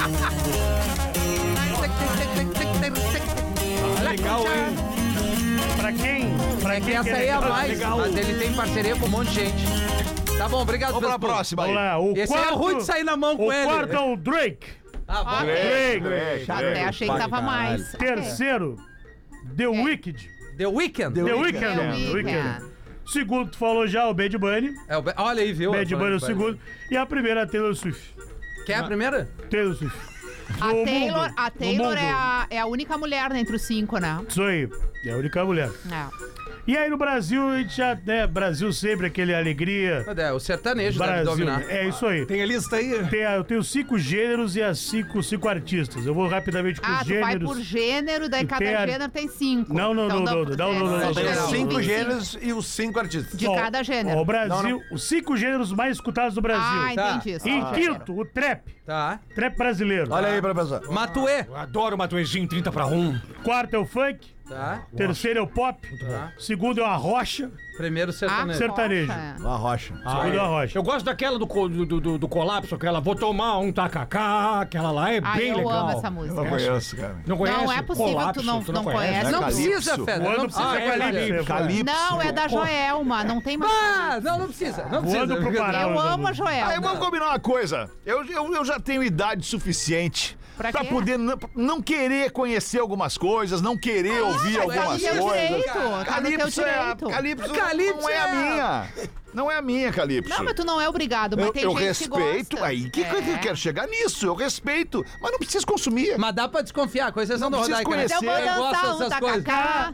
Speaker 8: Legal, hein?
Speaker 7: Pra quem? Pra
Speaker 5: É que
Speaker 7: quem
Speaker 5: essa
Speaker 7: quer
Speaker 5: aí é a
Speaker 7: legal,
Speaker 5: mais,
Speaker 7: legal.
Speaker 5: mas ele tem parceria com um monte de gente. Tá bom, obrigado
Speaker 3: Vamos pra
Speaker 5: pelo-
Speaker 3: próxima aí.
Speaker 7: Vamos lá, o
Speaker 5: Esse
Speaker 7: quarto...
Speaker 5: aí é ruim de sair na mão com
Speaker 7: o
Speaker 5: ele.
Speaker 7: quarto é o Drake.
Speaker 5: Ah, bom.
Speaker 4: Ok.
Speaker 3: Drake, Drake,
Speaker 4: Até
Speaker 3: Drake.
Speaker 4: achei que tava mais. Ok.
Speaker 7: Terceiro, The Wicked.
Speaker 5: The Weeknd.
Speaker 7: The, Weeknd.
Speaker 4: The
Speaker 7: The
Speaker 4: Weeknd.
Speaker 7: Weeknd. Segundo, tu falou já, o Bad Bunny.
Speaker 5: É o Be- Olha aí, viu?
Speaker 7: Bad Bunny é o segundo. E a primeira, a Taylor Swift.
Speaker 5: Quer a primeira?
Speaker 7: Taylor Swift.
Speaker 4: A
Speaker 7: No
Speaker 4: Taylor,
Speaker 7: mundo.
Speaker 4: a
Speaker 7: No
Speaker 4: Taylor
Speaker 7: mundo.
Speaker 4: é, a, é a única mulher né, entre os cinco, né?
Speaker 7: Isso aí. É a única mulher.
Speaker 4: É.
Speaker 7: E aí no Brasil, a gente já, né? Brasil sempre aquele alegria.
Speaker 5: É, o sertanejo deve
Speaker 7: Brasil.
Speaker 5: dominar.
Speaker 7: É isso aí.
Speaker 8: Tem a lista aí?
Speaker 7: Tem a- eu tenho cinco gêneros e as cinco, cinco artistas. Eu vou rapidamente por
Speaker 4: Ah, tu vai
Speaker 7: gêneros.
Speaker 4: por gênero, daí
Speaker 7: E
Speaker 4: cada
Speaker 7: tem a-
Speaker 4: gênero tem cinco.
Speaker 7: Não, não,
Speaker 4: Então
Speaker 7: não,
Speaker 4: dá-
Speaker 7: não, não, não,
Speaker 4: é,
Speaker 7: não, não,
Speaker 6: Só
Speaker 7: não,
Speaker 6: tem
Speaker 7: não,
Speaker 6: os
Speaker 7: não,
Speaker 6: cinco
Speaker 7: não.
Speaker 6: gêneros e os cinco artistas.
Speaker 4: De
Speaker 7: Ó,
Speaker 4: cada gênero.
Speaker 7: ó, o Brasil,
Speaker 6: Não, não.
Speaker 7: os cinco gêneros mais escutados do Brasil.
Speaker 4: Ah,
Speaker 5: Tá.
Speaker 4: entendi.
Speaker 7: Em
Speaker 4: Só
Speaker 7: quinto, o trap.
Speaker 5: Tá.
Speaker 7: Trap brasileiro.
Speaker 6: Olha aí, professor.
Speaker 5: Matuê.
Speaker 8: Eu adoro o Matuezinho trinta pra um.
Speaker 7: Quarto é o funk.
Speaker 5: Tá.
Speaker 7: Terceiro é o pop. Segundo é a rocha.
Speaker 5: Primeiro
Speaker 4: Ah,
Speaker 5: sertanejo.
Speaker 7: sertanejo.
Speaker 4: poxa.
Speaker 6: Uma rocha.
Speaker 7: Segundo é a rocha.
Speaker 8: Eu gosto daquela do, co- do, do, do colapso, aquela vou tomar um tacacá, aquela lá é
Speaker 4: Ah,
Speaker 8: bem
Speaker 4: eu
Speaker 8: legal.
Speaker 4: amo essa música.
Speaker 3: Não conheço, cara.
Speaker 8: Não conhece?
Speaker 4: Não é possível que tu não-
Speaker 8: Colapso,
Speaker 4: não conhece.
Speaker 5: Não
Speaker 3: Calypso.
Speaker 5: precisa, Feda. Não
Speaker 7: Voando
Speaker 5: precisa.
Speaker 7: pro
Speaker 8: Ah, é
Speaker 7: Calypso.
Speaker 8: Calypso.
Speaker 3: Calypso.
Speaker 4: Não, é da Joelma, não tem mais.
Speaker 5: Ah, não, não precisa. Não precisa.
Speaker 7: Voando pro Pará.
Speaker 4: Eu
Speaker 7: Não,
Speaker 4: amo
Speaker 7: não.
Speaker 4: a Joelma.
Speaker 3: Aí vamos combinar uma coisa. Eu, eu, eu já tenho idade suficiente
Speaker 4: Pra
Speaker 3: pra
Speaker 4: quê?
Speaker 3: poder não, não querer conhecer algumas coisas, não querer ouvir
Speaker 4: Tá
Speaker 3: algumas
Speaker 4: no teu
Speaker 3: coisas.
Speaker 4: direito, tá no teu
Speaker 3: Calypso é, a-
Speaker 4: direito.
Speaker 3: Calypso
Speaker 5: Calypso
Speaker 3: não é a
Speaker 5: é-
Speaker 3: minha. Não é a minha, Calypso.
Speaker 4: Não, mas tu não é obrigado, mas
Speaker 3: eu
Speaker 4: tem
Speaker 3: eu
Speaker 4: gente
Speaker 3: respeito.
Speaker 4: que gosta.
Speaker 3: Aí que, que
Speaker 4: É.
Speaker 3: eu quero chegar nisso? Eu respeito, mas não preciso consumir.
Speaker 5: Mas dá pra desconfiar, com exceção do
Speaker 3: Não precisa
Speaker 5: Rodaica.
Speaker 3: conhecer.
Speaker 4: Eu vou
Speaker 5: Eu gosto
Speaker 4: dançar um
Speaker 5: dessas coisas.
Speaker 4: tacacá.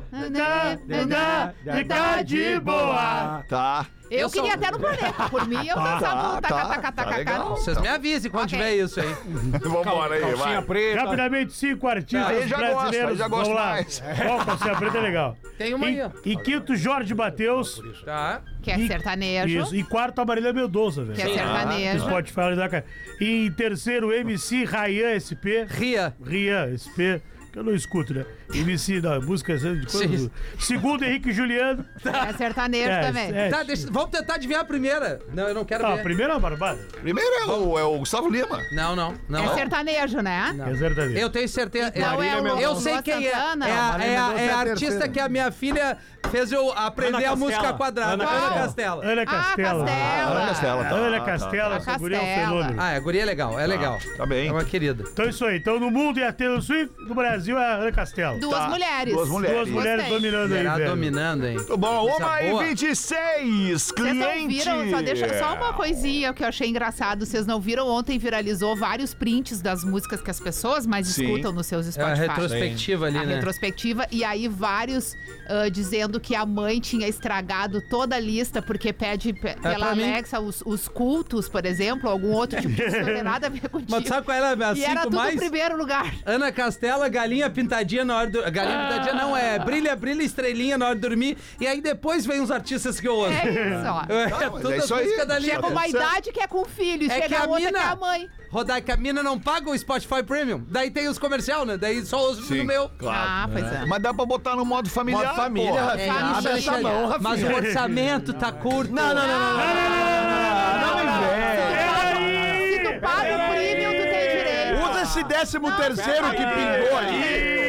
Speaker 7: Fica de boa.
Speaker 3: Tá.
Speaker 4: Eu
Speaker 5: Eu sou-
Speaker 4: queria até no planeta. Por mim, eu dançava um
Speaker 3: tá,
Speaker 4: tacacá,
Speaker 3: tá
Speaker 4: tacacá.
Speaker 3: legal.
Speaker 5: Vocês me avisem quando
Speaker 4: Ok.
Speaker 5: tiver isso aí.
Speaker 3: Vambora aí,
Speaker 8: Calcinha
Speaker 3: vai.
Speaker 8: preta.
Speaker 7: Rapidamente, cinco artistas
Speaker 3: Aí já gosto,
Speaker 7: brasileiros.
Speaker 3: aí já gosto
Speaker 7: Vamos lá.
Speaker 3: mais.
Speaker 7: Ó, calcinha preta é legal.
Speaker 5: Tem uma aí,
Speaker 7: Em,
Speaker 5: ó.
Speaker 7: em quinto, Jorge Mateus.
Speaker 5: Tá.
Speaker 4: Que é
Speaker 7: E-
Speaker 4: sertanejo.
Speaker 7: Isso. E quarto, a Marília Mendonça, velho.
Speaker 4: Que é
Speaker 7: No
Speaker 4: sertanejo.
Speaker 7: Spotify da cara. E em terceiro, M C Rayan S P.
Speaker 5: Ria.
Speaker 7: Rian S P. Que eu não escuto, né? M C da música de coisa.
Speaker 5: Sim.
Speaker 7: Segundo, Henrique Juliano.
Speaker 4: É sertanejo
Speaker 7: É,
Speaker 4: também.
Speaker 7: é.
Speaker 5: Tá, deixa, vamos tentar adivinhar a primeira. Não, eu não quero
Speaker 7: Não, a
Speaker 5: ver.
Speaker 7: primeira é uma barbada.
Speaker 3: Primeiro é o, é o Gustavo Lima.
Speaker 5: Não, não, não.
Speaker 4: É sertanejo, né?
Speaker 7: É sertanejo.
Speaker 5: Eu tenho certeza.
Speaker 4: Então é o
Speaker 5: eu
Speaker 4: Luan
Speaker 5: sei quem é.
Speaker 4: Santana?
Speaker 5: É a,
Speaker 6: Marília
Speaker 5: é a-
Speaker 6: Mendonça
Speaker 5: é
Speaker 6: é
Speaker 5: a
Speaker 6: a
Speaker 5: artista
Speaker 6: terceira.
Speaker 5: que a minha filha fez eu aprender
Speaker 8: Ana
Speaker 5: a música
Speaker 8: Castela.
Speaker 5: quadrada.
Speaker 8: Ana
Speaker 5: Ana
Speaker 8: Castela.
Speaker 5: Castela.
Speaker 7: Ana Castela.
Speaker 4: Castela.
Speaker 3: Ana Castela, tá.
Speaker 7: Ana
Speaker 3: tá.
Speaker 7: Castela,
Speaker 4: A
Speaker 7: essa guria é um
Speaker 4: Castela.
Speaker 7: fenômeno.
Speaker 5: Ah, a guria é legal, é legal.
Speaker 3: Tá bem.
Speaker 5: É uma querida.
Speaker 7: Então é isso aí. Então no mundo é a Taylor Swift, no Brasil é a Ana Castela.
Speaker 4: Duas
Speaker 3: Tá.
Speaker 4: mulheres.
Speaker 3: Duas mulheres.
Speaker 7: Duas mulheres
Speaker 4: Gostei.
Speaker 7: dominando aí,
Speaker 5: Será
Speaker 7: velho.
Speaker 5: dominando, hein?
Speaker 3: Muito bom,
Speaker 5: Coisa
Speaker 3: uma e
Speaker 5: boa.
Speaker 3: vinte e seis,
Speaker 4: Vocês não
Speaker 3: cliente.
Speaker 4: viram, só, deixa, só uma coisinha que eu achei engraçado. Vocês não viram? Ontem viralizou vários prints das músicas que as pessoas mais
Speaker 3: Sim.
Speaker 4: escutam nos seus
Speaker 5: É a
Speaker 4: Spotify.
Speaker 5: retrospectiva ali,
Speaker 4: A
Speaker 5: né?
Speaker 4: retrospectiva, e aí vários ah, dizendo que a mãe tinha estragado toda a lista porque pede pe- pela
Speaker 5: pra mim.
Speaker 4: Alexa os, os cultos, por exemplo, algum outro tipo de não tem nada a ver contigo.
Speaker 5: Mas sabe qual era a
Speaker 4: e era
Speaker 5: cinco
Speaker 4: tudo
Speaker 5: mais?
Speaker 4: em primeiro lugar.
Speaker 5: Ana Castela, galinha pintadinha na hora do... Galinha pintadinha não, é brilha, brilha, estrelinha na hora de dormir. E aí depois vem os artistas que eu ouço.
Speaker 4: É isso, ó.
Speaker 5: É,
Speaker 3: mas é
Speaker 5: todas
Speaker 3: isso
Speaker 5: as
Speaker 3: aí.
Speaker 5: músicas da
Speaker 4: Chega
Speaker 5: lista.
Speaker 4: uma idade que é com filho,
Speaker 5: É que
Speaker 4: chega
Speaker 5: a
Speaker 4: a outra
Speaker 5: mina-
Speaker 4: que é a mãe.
Speaker 5: Rodaica, a mina não paga o Spotify Premium. Daí tem os comercial, né? Daí só uso
Speaker 3: Sim,
Speaker 5: no meu.
Speaker 4: Ah, pois é.
Speaker 3: Mas dá pra botar no modo familiar.
Speaker 6: Modo família,
Speaker 3: porra.
Speaker 6: Rafinha.
Speaker 4: É,
Speaker 6: Abre
Speaker 4: família.
Speaker 6: essa mão, Rafinha.
Speaker 5: Mas o orçamento tá curto.
Speaker 6: Não, não, não, não, não. Não me vem.
Speaker 4: Se tu paga o premium, tu tem direito.
Speaker 6: Usa esse décimo terceiro que pingou ali.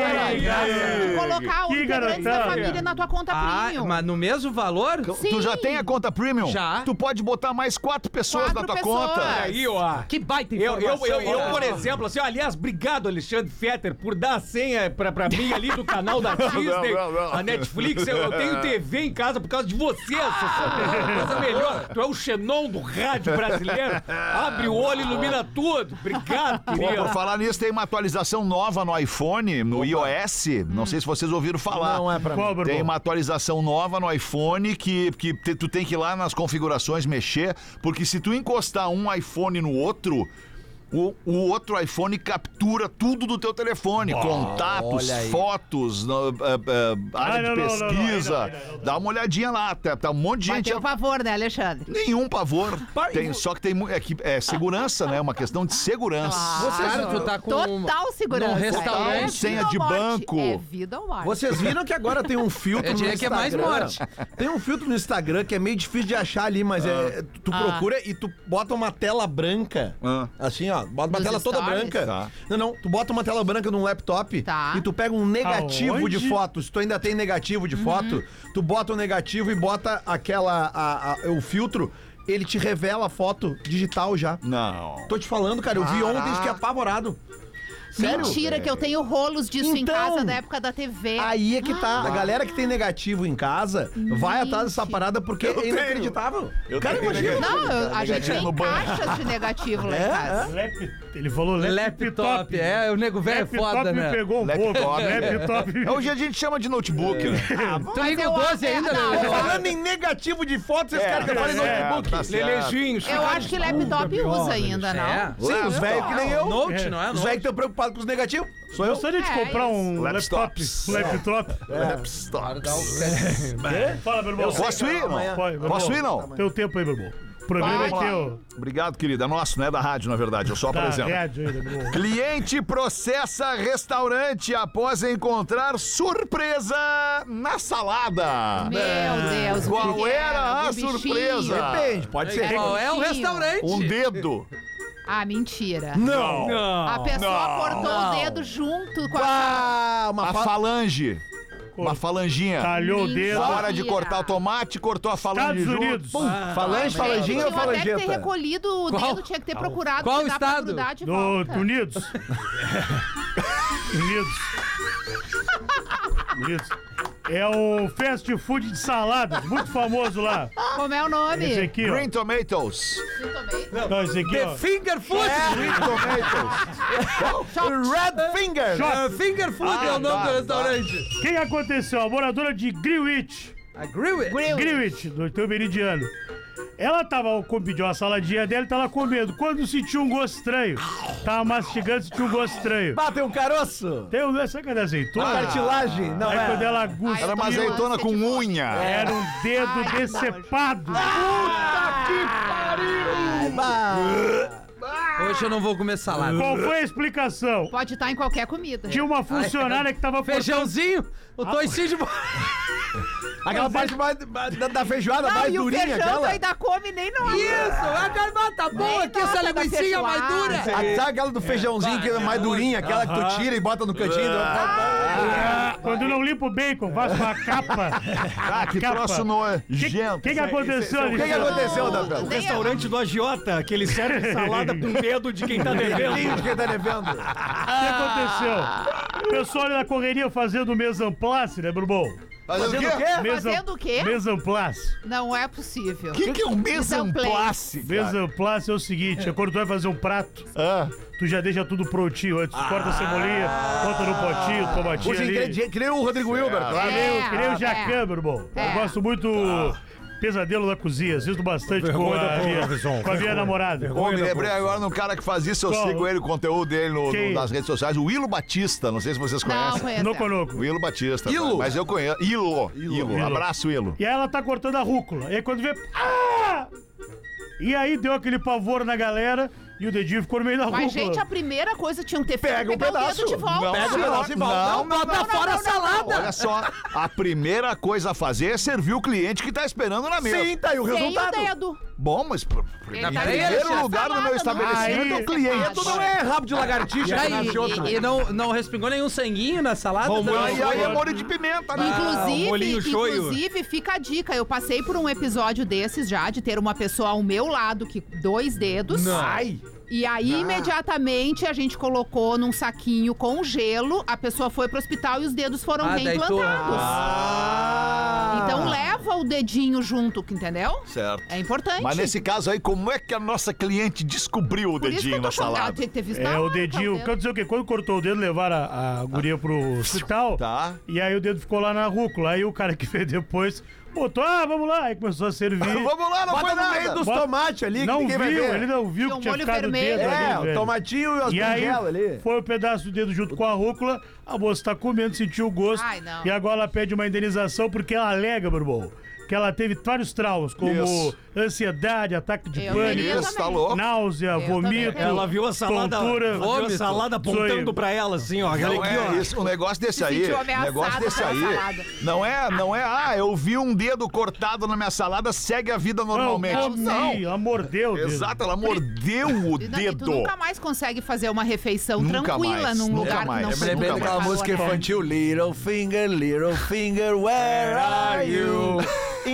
Speaker 4: De colocar o
Speaker 7: Que
Speaker 4: integrante da
Speaker 7: garotão.
Speaker 4: família na tua conta
Speaker 5: Ah,
Speaker 4: premium.
Speaker 5: mas no mesmo valor?
Speaker 3: Tu já tem a conta premium?
Speaker 5: Já.
Speaker 3: Tu pode botar mais quatro pessoas
Speaker 4: Quatro
Speaker 3: na tua
Speaker 4: pessoas.
Speaker 3: conta.
Speaker 8: Aí, ó.
Speaker 5: Que baita
Speaker 8: Eu, eu,
Speaker 5: informação.
Speaker 8: eu, eu,
Speaker 5: ó.
Speaker 8: por exemplo, assim, ó, aliás, obrigado, Alexandre Fetter, por dar a senha pra, pra mim ali do canal da Disney,
Speaker 3: não, não.
Speaker 8: a Netflix. Eu, eu tenho T V em casa por causa de você, essa coisa melhor. Tu é o Xenon do rádio brasileiro. Abre o olho e ilumina tudo. Obrigado,
Speaker 3: Pô,
Speaker 8: querido.
Speaker 3: por falar nisso, tem uma atualização nova no iPhone, no iOS. Não sei se vocês ouviram falar.
Speaker 6: Não é pra mim.
Speaker 7: Qual, Bruno?
Speaker 3: Tem uma atualização nova no iPhone que, que te- tu tem que ir lá nas configurações mexer, porque se tu encostar um iPhone no outro, o, o outro iPhone captura tudo do teu telefone. Contatos,
Speaker 5: olha aí.
Speaker 3: fotos, no- eh, eh, área
Speaker 7: Ah, não,
Speaker 3: de
Speaker 7: não, não, não,
Speaker 3: pesquisa.
Speaker 7: aí não, aí não, não.
Speaker 3: Dá uma olhadinha lá, tá, tá um monte de
Speaker 4: Vai
Speaker 3: gente...
Speaker 4: ter um favor, né, Alexandre?
Speaker 3: Nenhum pavor. Tem, só que tem mu- é, que é segurança, né? Uma questão de segurança.
Speaker 5: Cara, tu tá com...
Speaker 4: Total segurança.
Speaker 5: num restaurante,
Speaker 4: É
Speaker 3: senha
Speaker 4: vida
Speaker 3: de
Speaker 4: ou morte.
Speaker 3: banco.
Speaker 4: É vida ou morte.
Speaker 6: Vocês viram que agora tem um filtro
Speaker 5: Eu
Speaker 6: no
Speaker 5: diria que é mais
Speaker 6: Instagram?
Speaker 5: morte.
Speaker 6: Tem um filtro no Instagram que é meio difícil de achar ali, mas é tu
Speaker 4: Ah.
Speaker 6: procura e tu bota uma tela branca.
Speaker 3: Ah.
Speaker 6: Assim, ó, bota uma
Speaker 4: Nos
Speaker 6: tela toda
Speaker 4: stories?
Speaker 6: branca.
Speaker 3: Tá.
Speaker 6: Não, não, tu bota uma tela branca num laptop
Speaker 4: Tá.
Speaker 6: e tu pega um negativo
Speaker 7: Aonde?
Speaker 6: de foto. Se tu ainda tem negativo
Speaker 4: Uhum.
Speaker 6: de foto, tu bota o negativo e bota aquela a- a- o filtro, ele te revela a foto digital já.
Speaker 3: Não.
Speaker 6: Tô te falando, cara, eu vi ontem, fiquei apavorado. Sério?
Speaker 4: Mentira, que eu tenho rolos disso em
Speaker 6: Então,
Speaker 4: casa da época da T V.
Speaker 6: Aí é que tá. A galera que tem negativo em casa vai atrás dessa parada porque é inacreditável.
Speaker 3: Eu
Speaker 6: Cara,
Speaker 3: tenho
Speaker 6: imagina.
Speaker 3: negativo.
Speaker 4: Não, eu- a gente
Speaker 3: Negativo
Speaker 4: tem
Speaker 3: no banco.
Speaker 4: caixas de negativo lá
Speaker 6: É,
Speaker 4: em casa.
Speaker 7: Lep- Ele falou laptop.
Speaker 5: Laptop, é, o nego velho é foda,
Speaker 7: me
Speaker 5: né?
Speaker 7: pegou um
Speaker 3: Laptop,
Speaker 7: pouco.
Speaker 3: é.
Speaker 7: Laptop.
Speaker 3: Hoje a gente chama de notebook, né?
Speaker 5: Tu
Speaker 4: Mas
Speaker 5: liga
Speaker 4: eu
Speaker 5: o doze
Speaker 4: acho-
Speaker 5: ainda,
Speaker 4: não,
Speaker 5: né?
Speaker 4: eu
Speaker 6: Falando em negativo de fotos, esse cara tá falando
Speaker 3: é,
Speaker 6: notebook.
Speaker 3: tá certo.
Speaker 8: Lelezinhos.
Speaker 4: Eu acho que laptop usa ainda, não?
Speaker 5: É.
Speaker 6: Sim, os velhos que nem eu.
Speaker 5: Note, não é?
Speaker 6: Os
Speaker 5: Note.
Speaker 6: velhos que estão preocupados com os negativos. Sou eu.
Speaker 7: Gostaria de
Speaker 4: É,
Speaker 7: comprar
Speaker 4: isso.
Speaker 7: um laptop.
Speaker 3: Laptops.
Speaker 7: Um laptop. Fala, meu irmão.
Speaker 3: Posso ir?
Speaker 6: Amanhã.
Speaker 3: Não?
Speaker 7: Pode, meu
Speaker 3: Posso ir,
Speaker 7: irmão.
Speaker 3: não?
Speaker 7: Teu tempo aí, meu irmão. O programa
Speaker 4: Pode.
Speaker 7: é teu.
Speaker 3: Obrigado, querido. É nosso, não é da rádio, na verdade. Eu só
Speaker 7: Tá,
Speaker 3: apresento.
Speaker 7: rádio ainda, meu irmão.
Speaker 3: Cliente processa restaurante após encontrar surpresa na salada.
Speaker 4: Meu Deus, o
Speaker 3: Qual
Speaker 4: que que
Speaker 3: era a
Speaker 4: O bichinho.
Speaker 3: surpresa?
Speaker 6: Depende, pode ser.
Speaker 5: Qual é o
Speaker 4: Bichinho.
Speaker 5: restaurante?
Speaker 3: Um dedo.
Speaker 4: Ah, mentira.
Speaker 6: Não.
Speaker 4: A pessoa
Speaker 3: Não.
Speaker 4: cortou
Speaker 6: Não.
Speaker 4: o dedo junto com a...
Speaker 6: Ah, uma
Speaker 3: A
Speaker 6: fa...
Speaker 3: falange. Uma falanginha.
Speaker 7: Talhou o dedo.
Speaker 3: Na hora de
Speaker 4: Mentira.
Speaker 3: cortar o tomate, cortou a falange
Speaker 7: Estados
Speaker 3: junto.
Speaker 7: Unidos.
Speaker 6: Pum, falange, falanginha ou
Speaker 4: Tinha até que ter
Speaker 6: falangeta?
Speaker 4: recolhido o
Speaker 5: Qual?
Speaker 4: dedo, tinha que ter procurado
Speaker 5: Qual
Speaker 4: que dá pra
Speaker 5: estado?
Speaker 4: grudar de
Speaker 7: Do
Speaker 4: volta.
Speaker 7: Unidos. Unidos. Unidos. É um fast food de saladas, muito famoso lá.
Speaker 4: Como é o nome?
Speaker 7: Esse aqui, ó.
Speaker 3: Green tomatoes.
Speaker 7: Não, esse aqui,
Speaker 5: The
Speaker 7: ó.
Speaker 5: Finger Food!
Speaker 3: Green tomatoes.
Speaker 6: Red Finger.
Speaker 5: É, Finger Food
Speaker 3: Ah,
Speaker 5: é o nome
Speaker 3: tá,
Speaker 5: do restaurante.
Speaker 7: O que aconteceu? A moradora de Greenwich,
Speaker 5: Agree with?
Speaker 7: Greenwich, do teu meridiano. Ela tava, pediu uma saladinha dela e tava comendo. Quando sentiu um gosto estranho, tava mastigando, sentiu um gosto estranho.
Speaker 6: Bateu um caroço.
Speaker 7: Tem um, sabe cadê a azeitona?
Speaker 6: Cartilagem. Não
Speaker 7: Aí
Speaker 6: é.
Speaker 7: quando ela
Speaker 4: Ai,
Speaker 7: gusta,
Speaker 3: Era uma
Speaker 4: Ai,
Speaker 3: azeitona com
Speaker 4: tipo-
Speaker 3: unha.
Speaker 7: era um dedo
Speaker 4: Ai,
Speaker 7: decepado.
Speaker 5: Hoje eu não vou comer salada.
Speaker 7: Qual foi a explicação?
Speaker 4: Pode estar em qualquer comida.
Speaker 7: Tinha uma funcionária que tava cortando...
Speaker 5: Feijãozinho, o toicinho de...
Speaker 6: Aquela parte mais, mais da, da feijoada,
Speaker 4: Não,
Speaker 6: mais
Speaker 4: e o
Speaker 6: durinha,
Speaker 4: feijão
Speaker 6: aquela.
Speaker 4: tu ainda come nem não.
Speaker 5: Isso, a carvata tá boa
Speaker 4: Nem
Speaker 5: aqui, essa
Speaker 4: nota da
Speaker 5: linguicinha mais
Speaker 4: feijoada.
Speaker 5: dura.
Speaker 6: Ah, sabe aquela do feijãozinho que é mais durinha, aquela que tu tira e bota no cantinho?
Speaker 7: Ah, quando eu não limpo o bacon, faço uma capa.
Speaker 3: Ah, que
Speaker 7: Capa.
Speaker 3: troço
Speaker 7: O que,
Speaker 3: nojento.
Speaker 7: que, que aconteceu ali?
Speaker 6: O que, que aconteceu,
Speaker 4: Não,
Speaker 6: Dabel?
Speaker 8: O
Speaker 4: nem
Speaker 8: restaurante do agiota, que ele serve salada com dedo de quem tá devendo.
Speaker 6: De quem tá devendo?
Speaker 7: O que aconteceu? O pessoal ali na correria fazendo o mise en place, né, Brurbon?
Speaker 3: Fazendo o quê?
Speaker 4: Fazendo o quê?
Speaker 7: Mise en place.
Speaker 4: Não é possível.
Speaker 3: O que, que é um mise en place?
Speaker 7: Mise en place é o seguinte, é quando tu vai fazer um prato,
Speaker 3: Ah,
Speaker 7: tu já deixa tudo prontinho antes. Tu corta a cebolinha, bota no potinho, tomatinho
Speaker 6: Os
Speaker 7: ali.
Speaker 6: ingredientes, que nem o Rodrigo Wilber.
Speaker 3: Claro.
Speaker 7: Que nem, o- que nem
Speaker 4: É,
Speaker 7: o Jacan, meu irmão. Eu
Speaker 4: É.
Speaker 7: gosto muito pesadelo da cozinha. Assisto bastante com a, minha, com a minha namorada.
Speaker 3: Pô, me lembrei agora de um cara que faz isso, eu
Speaker 7: Qual?
Speaker 3: sigo ele, o conteúdo dele no- no-
Speaker 7: Quem?
Speaker 3: nas redes sociais, o Willo Batista, não sei se vocês
Speaker 4: Não,
Speaker 3: conhecem.
Speaker 4: conheço.
Speaker 7: No conoco.
Speaker 3: O Willo Batista,
Speaker 6: Ilo?
Speaker 3: mas eu conheço. Ilo, Ilo,
Speaker 7: Ilo.
Speaker 3: abraço, Ilo.
Speaker 7: E aí ela tá cortando a rúcula. E aí quando vê. Ah! E aí deu aquele pavor na galera e o dedinho ficou no meio da rúcula.
Speaker 4: Mas, gente, a primeira coisa que tinham que ter feito
Speaker 6: Pega
Speaker 4: é
Speaker 6: um
Speaker 4: pegar
Speaker 6: pedaço.
Speaker 4: o dedo de volta.
Speaker 3: Não,
Speaker 6: Pega um
Speaker 3: senhor,
Speaker 6: pedaço e volta.
Speaker 3: não, não,
Speaker 5: Bota
Speaker 3: não,
Speaker 5: fora a salada.
Speaker 3: Olha só, a primeira coisa a fazer é servir o cliente que tá esperando na mesa.
Speaker 6: Sim, tá aí o
Speaker 4: Sem o
Speaker 6: resultado.
Speaker 4: dedo.
Speaker 3: Bom, mas pr-
Speaker 4: Ele
Speaker 3: em
Speaker 4: tá
Speaker 3: primeiro
Speaker 4: deixando
Speaker 3: lugar
Speaker 4: a
Speaker 3: no meu
Speaker 4: salada, não
Speaker 3: estabelecimento é
Speaker 7: Aí-
Speaker 3: o cliente.
Speaker 6: Dedo não é rabo de lagartixa,
Speaker 5: E,
Speaker 6: que nasce
Speaker 5: aí,
Speaker 6: outro.
Speaker 5: e, e não, não respingou nenhum sanguinho na salada?
Speaker 8: Bom,
Speaker 5: também?
Speaker 3: Aí, aí é molho de pimenta, né?
Speaker 4: Inclusive,
Speaker 8: o molhinho shoyu.
Speaker 4: inclusive, fica a dica. Eu passei por um episódio desses já, de ter uma pessoa ao meu lado, que dois dedos.
Speaker 6: Ai.
Speaker 4: E aí, imediatamente, a gente colocou num saquinho com gelo, a pessoa foi pro hospital e os dedos foram
Speaker 5: Ah,
Speaker 4: reimplantados.
Speaker 5: deitou.
Speaker 6: Ah.
Speaker 4: Então leva o dedinho junto, entendeu?
Speaker 3: Certo.
Speaker 4: É importante.
Speaker 3: Mas nesse caso aí, como é que a nossa cliente descobriu o
Speaker 4: Por isso que
Speaker 3: dedinho
Speaker 4: eu tô
Speaker 3: na
Speaker 4: chocada,
Speaker 3: salada?
Speaker 4: tinha que ter visto na
Speaker 7: É, o
Speaker 4: hora,
Speaker 7: dedinho.
Speaker 4: tá
Speaker 7: Quer dizer o quê? Quando cortou o dedo, levaram a, a guria pro hospital.
Speaker 3: Tá.
Speaker 7: E aí o dedo ficou lá na rúcula. Aí o cara que fez depois botou, ah, vamos lá. Aí começou a servir.
Speaker 3: Vamos lá, não
Speaker 6: Bota
Speaker 3: foi
Speaker 6: no meio
Speaker 3: nada.
Speaker 6: dos
Speaker 7: Bota-
Speaker 6: tomates ali, que
Speaker 7: Não
Speaker 6: ninguém vai
Speaker 7: viu,
Speaker 6: ver.
Speaker 7: ele não viu
Speaker 4: Tinha
Speaker 7: que
Speaker 4: um
Speaker 7: tinha
Speaker 4: molho
Speaker 7: ficado o
Speaker 4: vermelho.
Speaker 7: dedo
Speaker 6: É,
Speaker 7: ali,
Speaker 6: o
Speaker 7: velho.
Speaker 6: tomatinho e as
Speaker 7: E aí,
Speaker 6: berinjelas ali.
Speaker 7: foi o pedaço do dedo junto com a rúcula, a moça tá comendo, sentiu o gosto.
Speaker 4: Ai, não.
Speaker 7: E agora ela pede uma indenização porque ela alega, meu irmão, que ela teve vários traumas, como
Speaker 3: Isso.
Speaker 7: ansiedade, ataque de
Speaker 4: Eu
Speaker 7: pânico,
Speaker 4: teria
Speaker 3: Isso, tá
Speaker 4: também.
Speaker 3: louco.
Speaker 7: náusea,
Speaker 4: Eu
Speaker 7: vomito,
Speaker 4: também.
Speaker 8: Ela viu a salada,
Speaker 7: tontura,
Speaker 8: ela viu a
Speaker 5: vômito.
Speaker 8: salada apontando pra ela, assim, ó. Aquela
Speaker 3: Não
Speaker 8: aqui,
Speaker 3: é
Speaker 8: ó.
Speaker 3: isso, um negócio desse
Speaker 4: Se
Speaker 3: aí,
Speaker 4: sentiu
Speaker 3: um
Speaker 4: ameaçada
Speaker 3: negócio desse
Speaker 4: pela
Speaker 3: aí,
Speaker 4: salada.
Speaker 3: não é, não é, ah, eu vi um dedo cortado na minha salada, segue a vida normalmente.
Speaker 7: Não,
Speaker 3: Não,
Speaker 7: ela mordeu o dedo.
Speaker 3: exato, ela mordeu o
Speaker 4: E não- e tu
Speaker 3: dedo.
Speaker 4: nunca mais consegue fazer uma refeição
Speaker 3: Nunca
Speaker 4: tranquila
Speaker 3: mais,
Speaker 4: num
Speaker 3: nunca
Speaker 4: lugar
Speaker 3: mais.
Speaker 4: que não
Speaker 3: Eu me
Speaker 4: foi
Speaker 3: lembrei
Speaker 4: nunca
Speaker 3: daquela
Speaker 4: preparou
Speaker 6: música
Speaker 4: a
Speaker 6: infantil, Little Finger, Little Finger, where are you? In the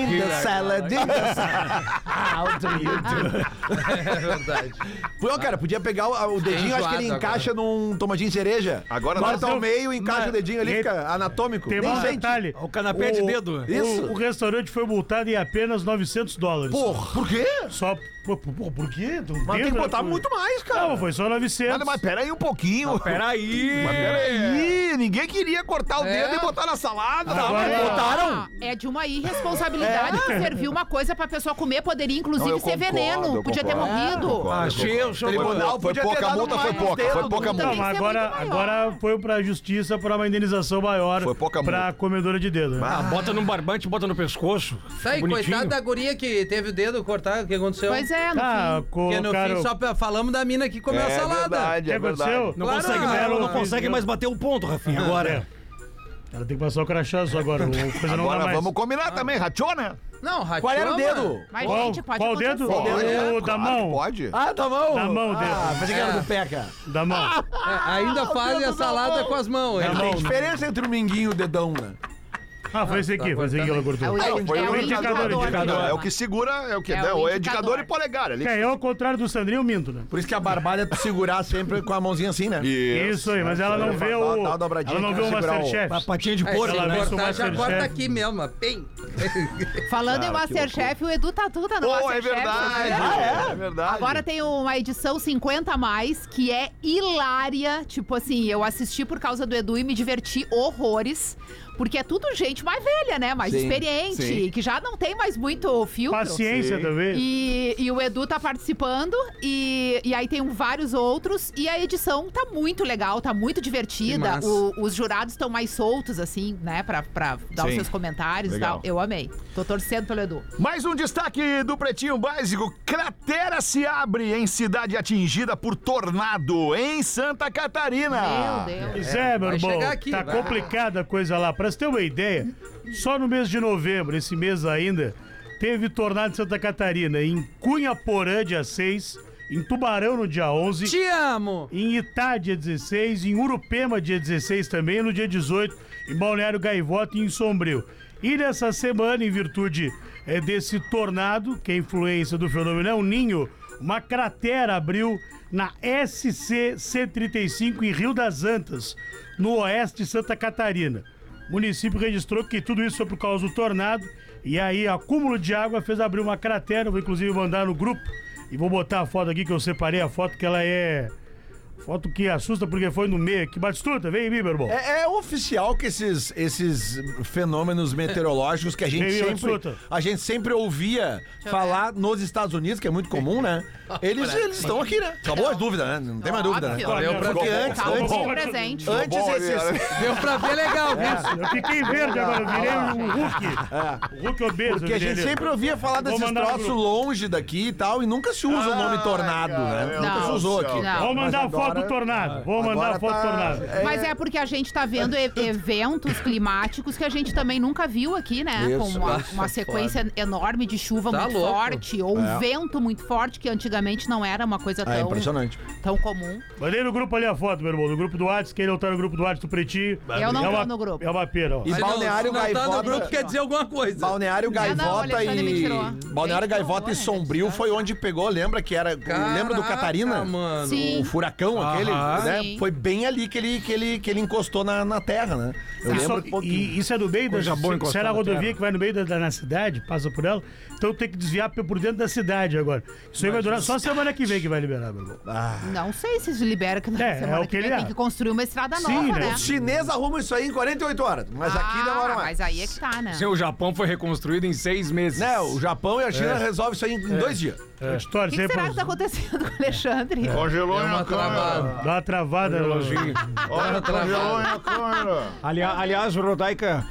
Speaker 6: salad in the salad. How do you do?
Speaker 5: É verdade.
Speaker 6: Pô, cara, podia pegar o, o dedinho, acho que ele
Speaker 5: enjoado
Speaker 6: encaixa num tomadinho de cereja.
Speaker 3: Agora
Speaker 6: Bota
Speaker 3: nós
Speaker 6: ao meio, encaixa
Speaker 7: mas-
Speaker 6: o dedinho ali,
Speaker 7: e-
Speaker 6: fica anatômico.
Speaker 7: Tem
Speaker 6: Nem
Speaker 7: um
Speaker 6: sente.
Speaker 7: detalhe.
Speaker 8: O canapé de dedo.
Speaker 6: Isso.
Speaker 7: O, o restaurante foi multado em apenas novecentos dólares.
Speaker 6: Porra, por quê?
Speaker 7: Só. Pô, pô, por quê? Do
Speaker 6: Mas tem
Speaker 7: dedo,
Speaker 6: que botar
Speaker 7: né?
Speaker 6: muito mais, cara.
Speaker 7: Não, foi só novecentos.
Speaker 3: Mas, mas peraí um pouquinho.
Speaker 8: Peraí.
Speaker 3: Mas peraí, ninguém queria cortar o
Speaker 5: É.
Speaker 3: dedo e botar na salada.
Speaker 7: Agora-
Speaker 3: Tá, mas botaram.
Speaker 4: Ah, é de uma irresponsabilidade tu servir uma coisa pra pessoa comer, poderia inclusive
Speaker 3: Não, eu
Speaker 4: ser
Speaker 3: concordo,
Speaker 4: veneno,
Speaker 3: eu
Speaker 4: podia ter
Speaker 3: concordo.
Speaker 4: morrido.
Speaker 3: Concordo,
Speaker 8: Ah,
Speaker 3: eu
Speaker 8: cheio,
Speaker 3: concordo.
Speaker 8: show.
Speaker 6: Ele
Speaker 3: Foi,
Speaker 6: mandou-
Speaker 3: foi
Speaker 6: podia ter
Speaker 3: pouca
Speaker 6: dado
Speaker 3: multa,
Speaker 6: mais
Speaker 3: foi pouca,
Speaker 6: dedo.
Speaker 3: foi pouca
Speaker 4: Também
Speaker 7: Não,
Speaker 3: multa.
Speaker 7: mas
Speaker 4: ser
Speaker 7: agora,
Speaker 4: muito maior.
Speaker 7: agora foi pra justiça pra uma indenização maior
Speaker 3: Foi pouca
Speaker 7: pra
Speaker 3: multa.
Speaker 7: comedora de dedo. né?
Speaker 8: Ah, bota num barbante, bota no pescoço.
Speaker 5: Tá aí,
Speaker 8: Bonitinho.
Speaker 5: coitado da guria que teve o dedo cortado, o que aconteceu?
Speaker 4: Pois é, no
Speaker 7: Ah,
Speaker 4: fim.
Speaker 5: Porque no
Speaker 7: colocaram...
Speaker 5: fim só p- falamos da mina que comeu a
Speaker 3: É
Speaker 5: salada.
Speaker 3: verdade,
Speaker 7: O que
Speaker 3: é
Speaker 7: aconteceu?
Speaker 3: verdade.
Speaker 8: Não
Speaker 5: Claro,
Speaker 8: consegue,
Speaker 5: ah,
Speaker 8: mais, ela não
Speaker 7: eu-
Speaker 8: consegue
Speaker 7: eu-
Speaker 8: mais bater o ponto, Rafinha, agora.
Speaker 7: É. Ela tem que passar o crachá só agora. O coisa não dá
Speaker 3: Agora
Speaker 7: mais.
Speaker 3: vamos combinar também, rachou, né?
Speaker 5: Não, rachou,
Speaker 6: Qual era o dedo?
Speaker 5: mano.
Speaker 4: Mas,
Speaker 7: Qual,
Speaker 4: gente, pode
Speaker 7: qual
Speaker 4: acontecer.
Speaker 7: dedo?
Speaker 3: Pode,
Speaker 7: O da
Speaker 3: claro
Speaker 7: mão.
Speaker 3: que Pode.
Speaker 6: Ah, da mão?
Speaker 7: Da mão, dedo.
Speaker 6: Ah, pensei que era
Speaker 5: É.
Speaker 6: do pé, cara.
Speaker 7: Da mão.
Speaker 5: É, ainda fazem a salada com as mãos.
Speaker 7: Da
Speaker 5: hein?
Speaker 7: mão.
Speaker 6: Tem diferença entre o minguinho e o dedão, né?
Speaker 7: Ah, foi esse aqui,
Speaker 5: tá
Speaker 7: foi esse aqui que ela
Speaker 4: É
Speaker 7: cortou.
Speaker 4: o,
Speaker 3: Não, foi
Speaker 4: é
Speaker 3: o
Speaker 4: o
Speaker 3: indicador,
Speaker 4: indicador.
Speaker 7: indicador.
Speaker 3: É o que segura, é o que
Speaker 4: É
Speaker 3: né?
Speaker 4: o
Speaker 3: O
Speaker 4: indicador.
Speaker 3: indicador e polegar ali.
Speaker 7: É, eu ao contrário do Sandrinho, eu minto, né?
Speaker 6: Por isso que a barbada é tu segurar sempre com a mãozinha assim, né?
Speaker 7: Isso aí, mas ela não vê
Speaker 6: Dá-
Speaker 7: o...
Speaker 6: dá uma dobradinha
Speaker 7: Ela não
Speaker 6: pra
Speaker 7: vê o
Speaker 6: segurar o-
Speaker 7: Masterchef.
Speaker 8: A patinha de
Speaker 5: Aí,
Speaker 8: porco,
Speaker 5: se
Speaker 7: ela
Speaker 8: né?
Speaker 7: vê-
Speaker 5: cortar, já
Speaker 7: Masterchef.
Speaker 5: corta aqui mesmo, ó. Pim.
Speaker 4: Falando em Masterchef, o Edu tá tudo no
Speaker 3: Pô, é
Speaker 4: Masterchef.
Speaker 3: verdade.
Speaker 4: vocês viram?
Speaker 3: Ah, é? É verdade.
Speaker 4: Agora tem uma edição cinquenta a mais, que é hilária. Tipo assim, eu assisti por causa do Edu e me diverti horrores. Porque é tudo gente mais velha, né? Mais
Speaker 3: Sim,
Speaker 4: experiente,
Speaker 3: sim.
Speaker 4: que já não tem mais muito filtro.
Speaker 7: Paciência
Speaker 3: Sim.
Speaker 7: também.
Speaker 4: E, e o Edu tá participando, e, e aí tem vários outros, e a edição tá muito legal, tá muito
Speaker 5: Que
Speaker 4: divertida.
Speaker 5: massa.
Speaker 4: O- os jurados estão mais soltos, assim, né, pra, pra dar os
Speaker 3: Sim.
Speaker 4: seus comentários
Speaker 3: Legal.
Speaker 4: e tal. Eu amei. Tô torcendo pelo Edu.
Speaker 3: Mais um destaque do Pretinho Básico. Cratera se abre em cidade atingida por tornado em Santa Catarina.
Speaker 4: Meu Deus.
Speaker 7: Pois é, meu
Speaker 5: vai
Speaker 7: irmão,
Speaker 5: chegar aqui,
Speaker 7: tá
Speaker 5: vai.
Speaker 7: complicada a coisa lá. Pra você ter uma ideia, só no mês de novembro, esse mês ainda, teve tornado em Santa Catarina, em Cunhaporã, dia seis, em Tubarão, no dia onze,
Speaker 5: Te amo!
Speaker 7: em Itá, dia dezesseis, em Urupema, dia dezesseis também, no dia dezoito, em Balneário Gaivota e em Sombrio. E nessa semana, em virtude eh, desse tornado, que é a influência do fenômeno é o Ninho, uma cratera abriu na S C cento e trinta e cinco em Rio das Antas, no oeste de Santa Catarina. O município registrou que tudo isso foi por causa do tornado, e aí acúmulo de água fez abrir uma cratera. Vou inclusive mandar no grupo, e vou botar a foto aqui que eu separei, a foto que ela é... Foto que assusta porque foi no meio. Que Batistuta, vem em mim, meu irmão.
Speaker 6: É, é oficial que esses, esses fenômenos meteorológicos que a gente
Speaker 7: Vem,
Speaker 6: sempre
Speaker 7: Batistuta.
Speaker 6: a gente sempre ouvia falar nos Estados Unidos, que é muito comum, né? Eles eles estão aqui, né? Acabou a dúvida, né? Não tem mais dúvida, né?
Speaker 4: Óbvio.
Speaker 5: Valeu pra
Speaker 6: Porque
Speaker 5: ver.
Speaker 6: antes,
Speaker 4: Tá
Speaker 6: antes,
Speaker 4: bom presente.
Speaker 6: antes
Speaker 3: Bom,
Speaker 6: esses,
Speaker 3: ali,
Speaker 5: Deu pra ver legal, viu?
Speaker 7: Eu fiquei verde agora, eu virei um Hulk. O Hulk obeso.
Speaker 6: porque a gente
Speaker 7: entendeu?
Speaker 6: sempre ouvia falar
Speaker 7: Vou
Speaker 6: desses
Speaker 7: mandar no
Speaker 6: troços
Speaker 7: grupo.
Speaker 6: longe daqui e tal, e nunca se usa o nome tornado,
Speaker 3: cara,
Speaker 6: né?
Speaker 3: meu
Speaker 6: Nunca se
Speaker 4: Deus
Speaker 6: usou
Speaker 3: do céu.
Speaker 6: aqui.
Speaker 4: Não.
Speaker 7: Vou mandar a foto
Speaker 6: agora-
Speaker 7: do tornado. Vou mandar
Speaker 6: agora
Speaker 7: a foto
Speaker 6: tá-
Speaker 7: do tornado.
Speaker 4: Mas é porque a gente tá vendo e- eventos climáticos que a gente também nunca viu aqui, né?
Speaker 6: Isso.
Speaker 4: Com uma,
Speaker 5: Nossa,
Speaker 4: uma sequência enorme de chuva
Speaker 5: Tá
Speaker 4: muito
Speaker 5: louco.
Speaker 4: forte, ou um vento muito forte, que antigamente não era uma coisa
Speaker 6: É
Speaker 4: tão,
Speaker 6: impressionante.
Speaker 4: tão comum.
Speaker 7: Mandei no grupo ali a foto, meu irmão. No grupo do WhatsApp, quem não tá no grupo do WhatsApp do Pretinho.
Speaker 4: Eu não
Speaker 7: é
Speaker 4: tô
Speaker 7: uma,
Speaker 4: no grupo.
Speaker 7: É uma pena, ó.
Speaker 6: E
Speaker 5: Mas não,
Speaker 6: Balneário
Speaker 5: se não tá no
Speaker 6: Gaivota-
Speaker 5: grupo quer dizer alguma coisa.
Speaker 6: Balneário
Speaker 4: Ah, não, o
Speaker 6: Gaivota
Speaker 4: Alexandre me
Speaker 6: e.
Speaker 4: tirou.
Speaker 6: Balneário
Speaker 4: Gente,
Speaker 6: Gaivota
Speaker 4: que
Speaker 6: e
Speaker 4: horror, né,
Speaker 6: Sombrio
Speaker 4: distância.
Speaker 6: foi onde pegou, lembra que era. lembra do
Speaker 5: Caraca,
Speaker 6: Catarina?
Speaker 5: mano.
Speaker 4: Sim.
Speaker 6: O furacão aquele,
Speaker 8: Aham.
Speaker 6: né?
Speaker 4: Sim.
Speaker 6: Foi bem ali que ele, que ele, que ele encostou na, na terra, né? Eu
Speaker 7: E, só-
Speaker 6: lembro que pouquinho.
Speaker 7: e isso é no meio da.
Speaker 8: Coisa boa
Speaker 7: Se,
Speaker 8: encostar
Speaker 7: se era a
Speaker 8: na
Speaker 7: rodovia
Speaker 8: terra.
Speaker 7: que vai no meio da, da na cidade, passa por ela, então tem que desviar por por dentro da cidade agora. Isso aí vai durar só semana que vem que vai liberar, meu irmão.
Speaker 4: Não sei se se libera que na
Speaker 7: É,
Speaker 4: semana
Speaker 7: é o
Speaker 4: que
Speaker 7: que
Speaker 4: vem
Speaker 7: ele
Speaker 4: tem
Speaker 7: é.
Speaker 4: que construir uma estrada
Speaker 7: Sim,
Speaker 4: nova,
Speaker 7: né?
Speaker 4: né?
Speaker 6: Os chineses arrumam isso aí em quarenta e oito horas, mas aqui
Speaker 4: Ah,
Speaker 6: demora mais.
Speaker 4: Mas aí é que tá, né?
Speaker 8: Sim, o Japão foi reconstruído em seis meses.
Speaker 6: Né, o Japão e a China resolvem isso aí em em dois dias.
Speaker 7: É. História
Speaker 4: O que, que
Speaker 7: sempre.
Speaker 4: será que tá acontecendo com o Alexandre?
Speaker 3: Congelou
Speaker 5: Deu
Speaker 3: em
Speaker 5: uma
Speaker 3: a câmera.
Speaker 5: travada.
Speaker 7: Dá uma travada.
Speaker 8: Reloginho.
Speaker 3: Olha, congelou em a câmera.
Speaker 8: Ali- aliás, Rodaica,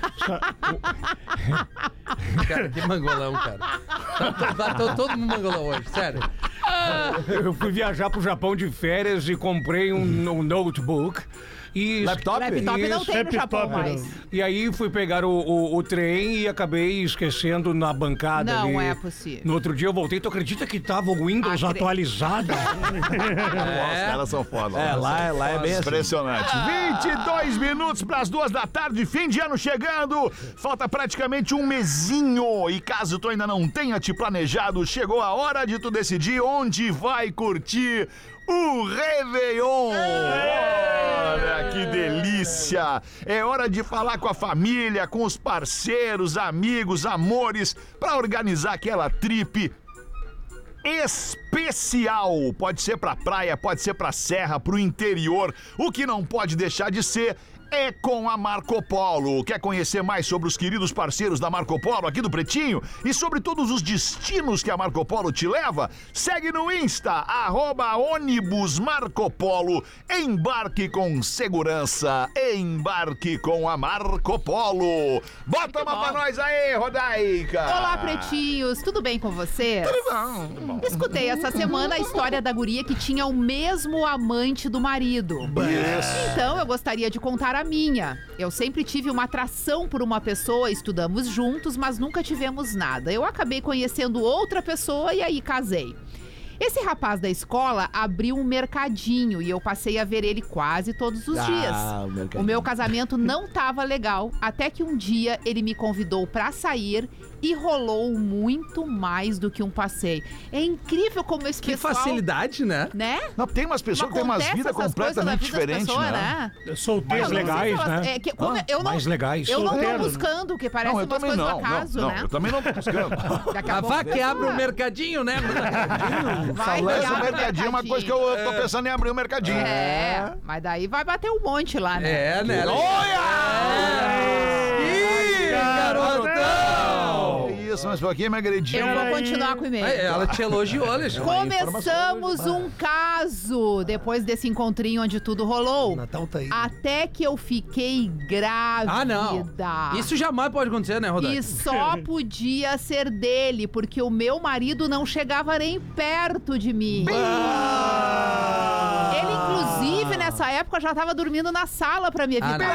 Speaker 5: Cara, que mangolão, cara. Tá, tá, tá, tô todo mundo mangolão hoje, sério.
Speaker 8: eu fui viajar pro Japão de férias e comprei um, um notebook. E
Speaker 6: Laptop?
Speaker 4: Laptop não
Speaker 8: Isso.
Speaker 4: tem no Japão
Speaker 7: Laptop,
Speaker 4: mais.
Speaker 7: não.
Speaker 8: E aí fui pegar o, o, o trem e acabei esquecendo na bancada ali.
Speaker 4: Não é possível.
Speaker 8: No outro dia eu voltei, tu acredita que tava o Windows
Speaker 4: Acre-
Speaker 8: atualizado?
Speaker 3: Os caras são foda.
Speaker 6: É, lá, lá é bem assim.
Speaker 3: Impressionante. vinte e dois minutos para as duas da tarde, fim de ano chegando. Falta praticamente um mesinho. E caso tu ainda não tenha te planejado, chegou a hora de tu decidir onde vai curtir o Réveillon. Olha que delícia. É hora de falar com a família, com os parceiros, amigos, amores, para organizar aquela trip especial. Pode ser pra praia, pode ser pra serra, pro interior. O que não pode deixar de ser é com a Marco Polo. Quer conhecer mais sobre os queridos parceiros da Marco Polo aqui do Pretinho? E sobre todos os destinos que a Marco Polo te leva? Segue no Insta, arroba ônibus Marco Polo. Embarque com segurança, embarque com a Marco Polo. Bota uma pra nós aí, Rodaica.
Speaker 4: Olá, pretinhos, tudo bem com vocês? Tudo bom. Escutei essa semana a história da guria que tinha o mesmo amante do marido. Então eu gostaria de contar a minha. Eu sempre tive uma atração por uma pessoa, estudamos juntos, mas nunca tivemos nada. Eu acabei conhecendo outra pessoa e aí casei. Esse rapaz da escola abriu um mercadinho e eu passei a ver ele quase todos os
Speaker 6: Ah,
Speaker 4: dias.
Speaker 6: o mercadinho.
Speaker 4: O meu casamento não tava legal, até que um dia ele me convidou pra sair e rolou muito mais do que um passeio. É incrível como esse
Speaker 5: Que
Speaker 4: pessoal...
Speaker 5: facilidade, né?
Speaker 4: Né?
Speaker 3: Não, tem umas pessoas
Speaker 4: Não
Speaker 3: que têm umas
Speaker 4: acontece
Speaker 3: vidas
Speaker 4: essas coisas na
Speaker 3: completamente
Speaker 4: vida das
Speaker 3: diferentes,
Speaker 4: pessoas,
Speaker 3: né?
Speaker 4: né?
Speaker 7: Solteiro.
Speaker 8: Mais
Speaker 4: Eu não sei
Speaker 8: legais,
Speaker 4: se elas-
Speaker 8: né?
Speaker 4: é que como eu não,
Speaker 8: Mais legais.
Speaker 4: Eu não tô
Speaker 7: Solteiro, né?
Speaker 4: buscando, que parece
Speaker 3: Não, eu
Speaker 4: umas
Speaker 3: também
Speaker 4: coisas
Speaker 3: não,
Speaker 4: do acaso,
Speaker 3: não,
Speaker 4: né?
Speaker 3: não, eu também não tô buscando.
Speaker 4: Daqui a
Speaker 5: A
Speaker 4: pouco
Speaker 5: vaca que abre o mercadinho, né?
Speaker 4: vai
Speaker 3: Falando
Speaker 4: que
Speaker 3: do
Speaker 4: abre o
Speaker 3: mercadinho é uma coisa que eu tô pensando em abrir um mercadinho.
Speaker 4: É, mas daí vai bater um monte lá, né?
Speaker 5: É, né? Ih, garotão!
Speaker 3: Que isso, mas um pouquinho me agrediu.
Speaker 4: Eu vou
Speaker 7: Peraí.
Speaker 4: continuar com o e-mail.
Speaker 5: É, ela te elogiou, Alexandre.
Speaker 4: Começamos um caso depois desse encontrinho onde tudo rolou.
Speaker 6: Natal tá aí.
Speaker 4: Até que eu fiquei grávida.
Speaker 5: Ah, não. Isso jamais pode acontecer, né, Rodaica?
Speaker 4: E só podia ser dele, porque o meu marido não chegava nem perto de mim. Ele, inclusive, nessa época, já tava dormindo na sala pra me
Speaker 5: Ah,
Speaker 4: evitar.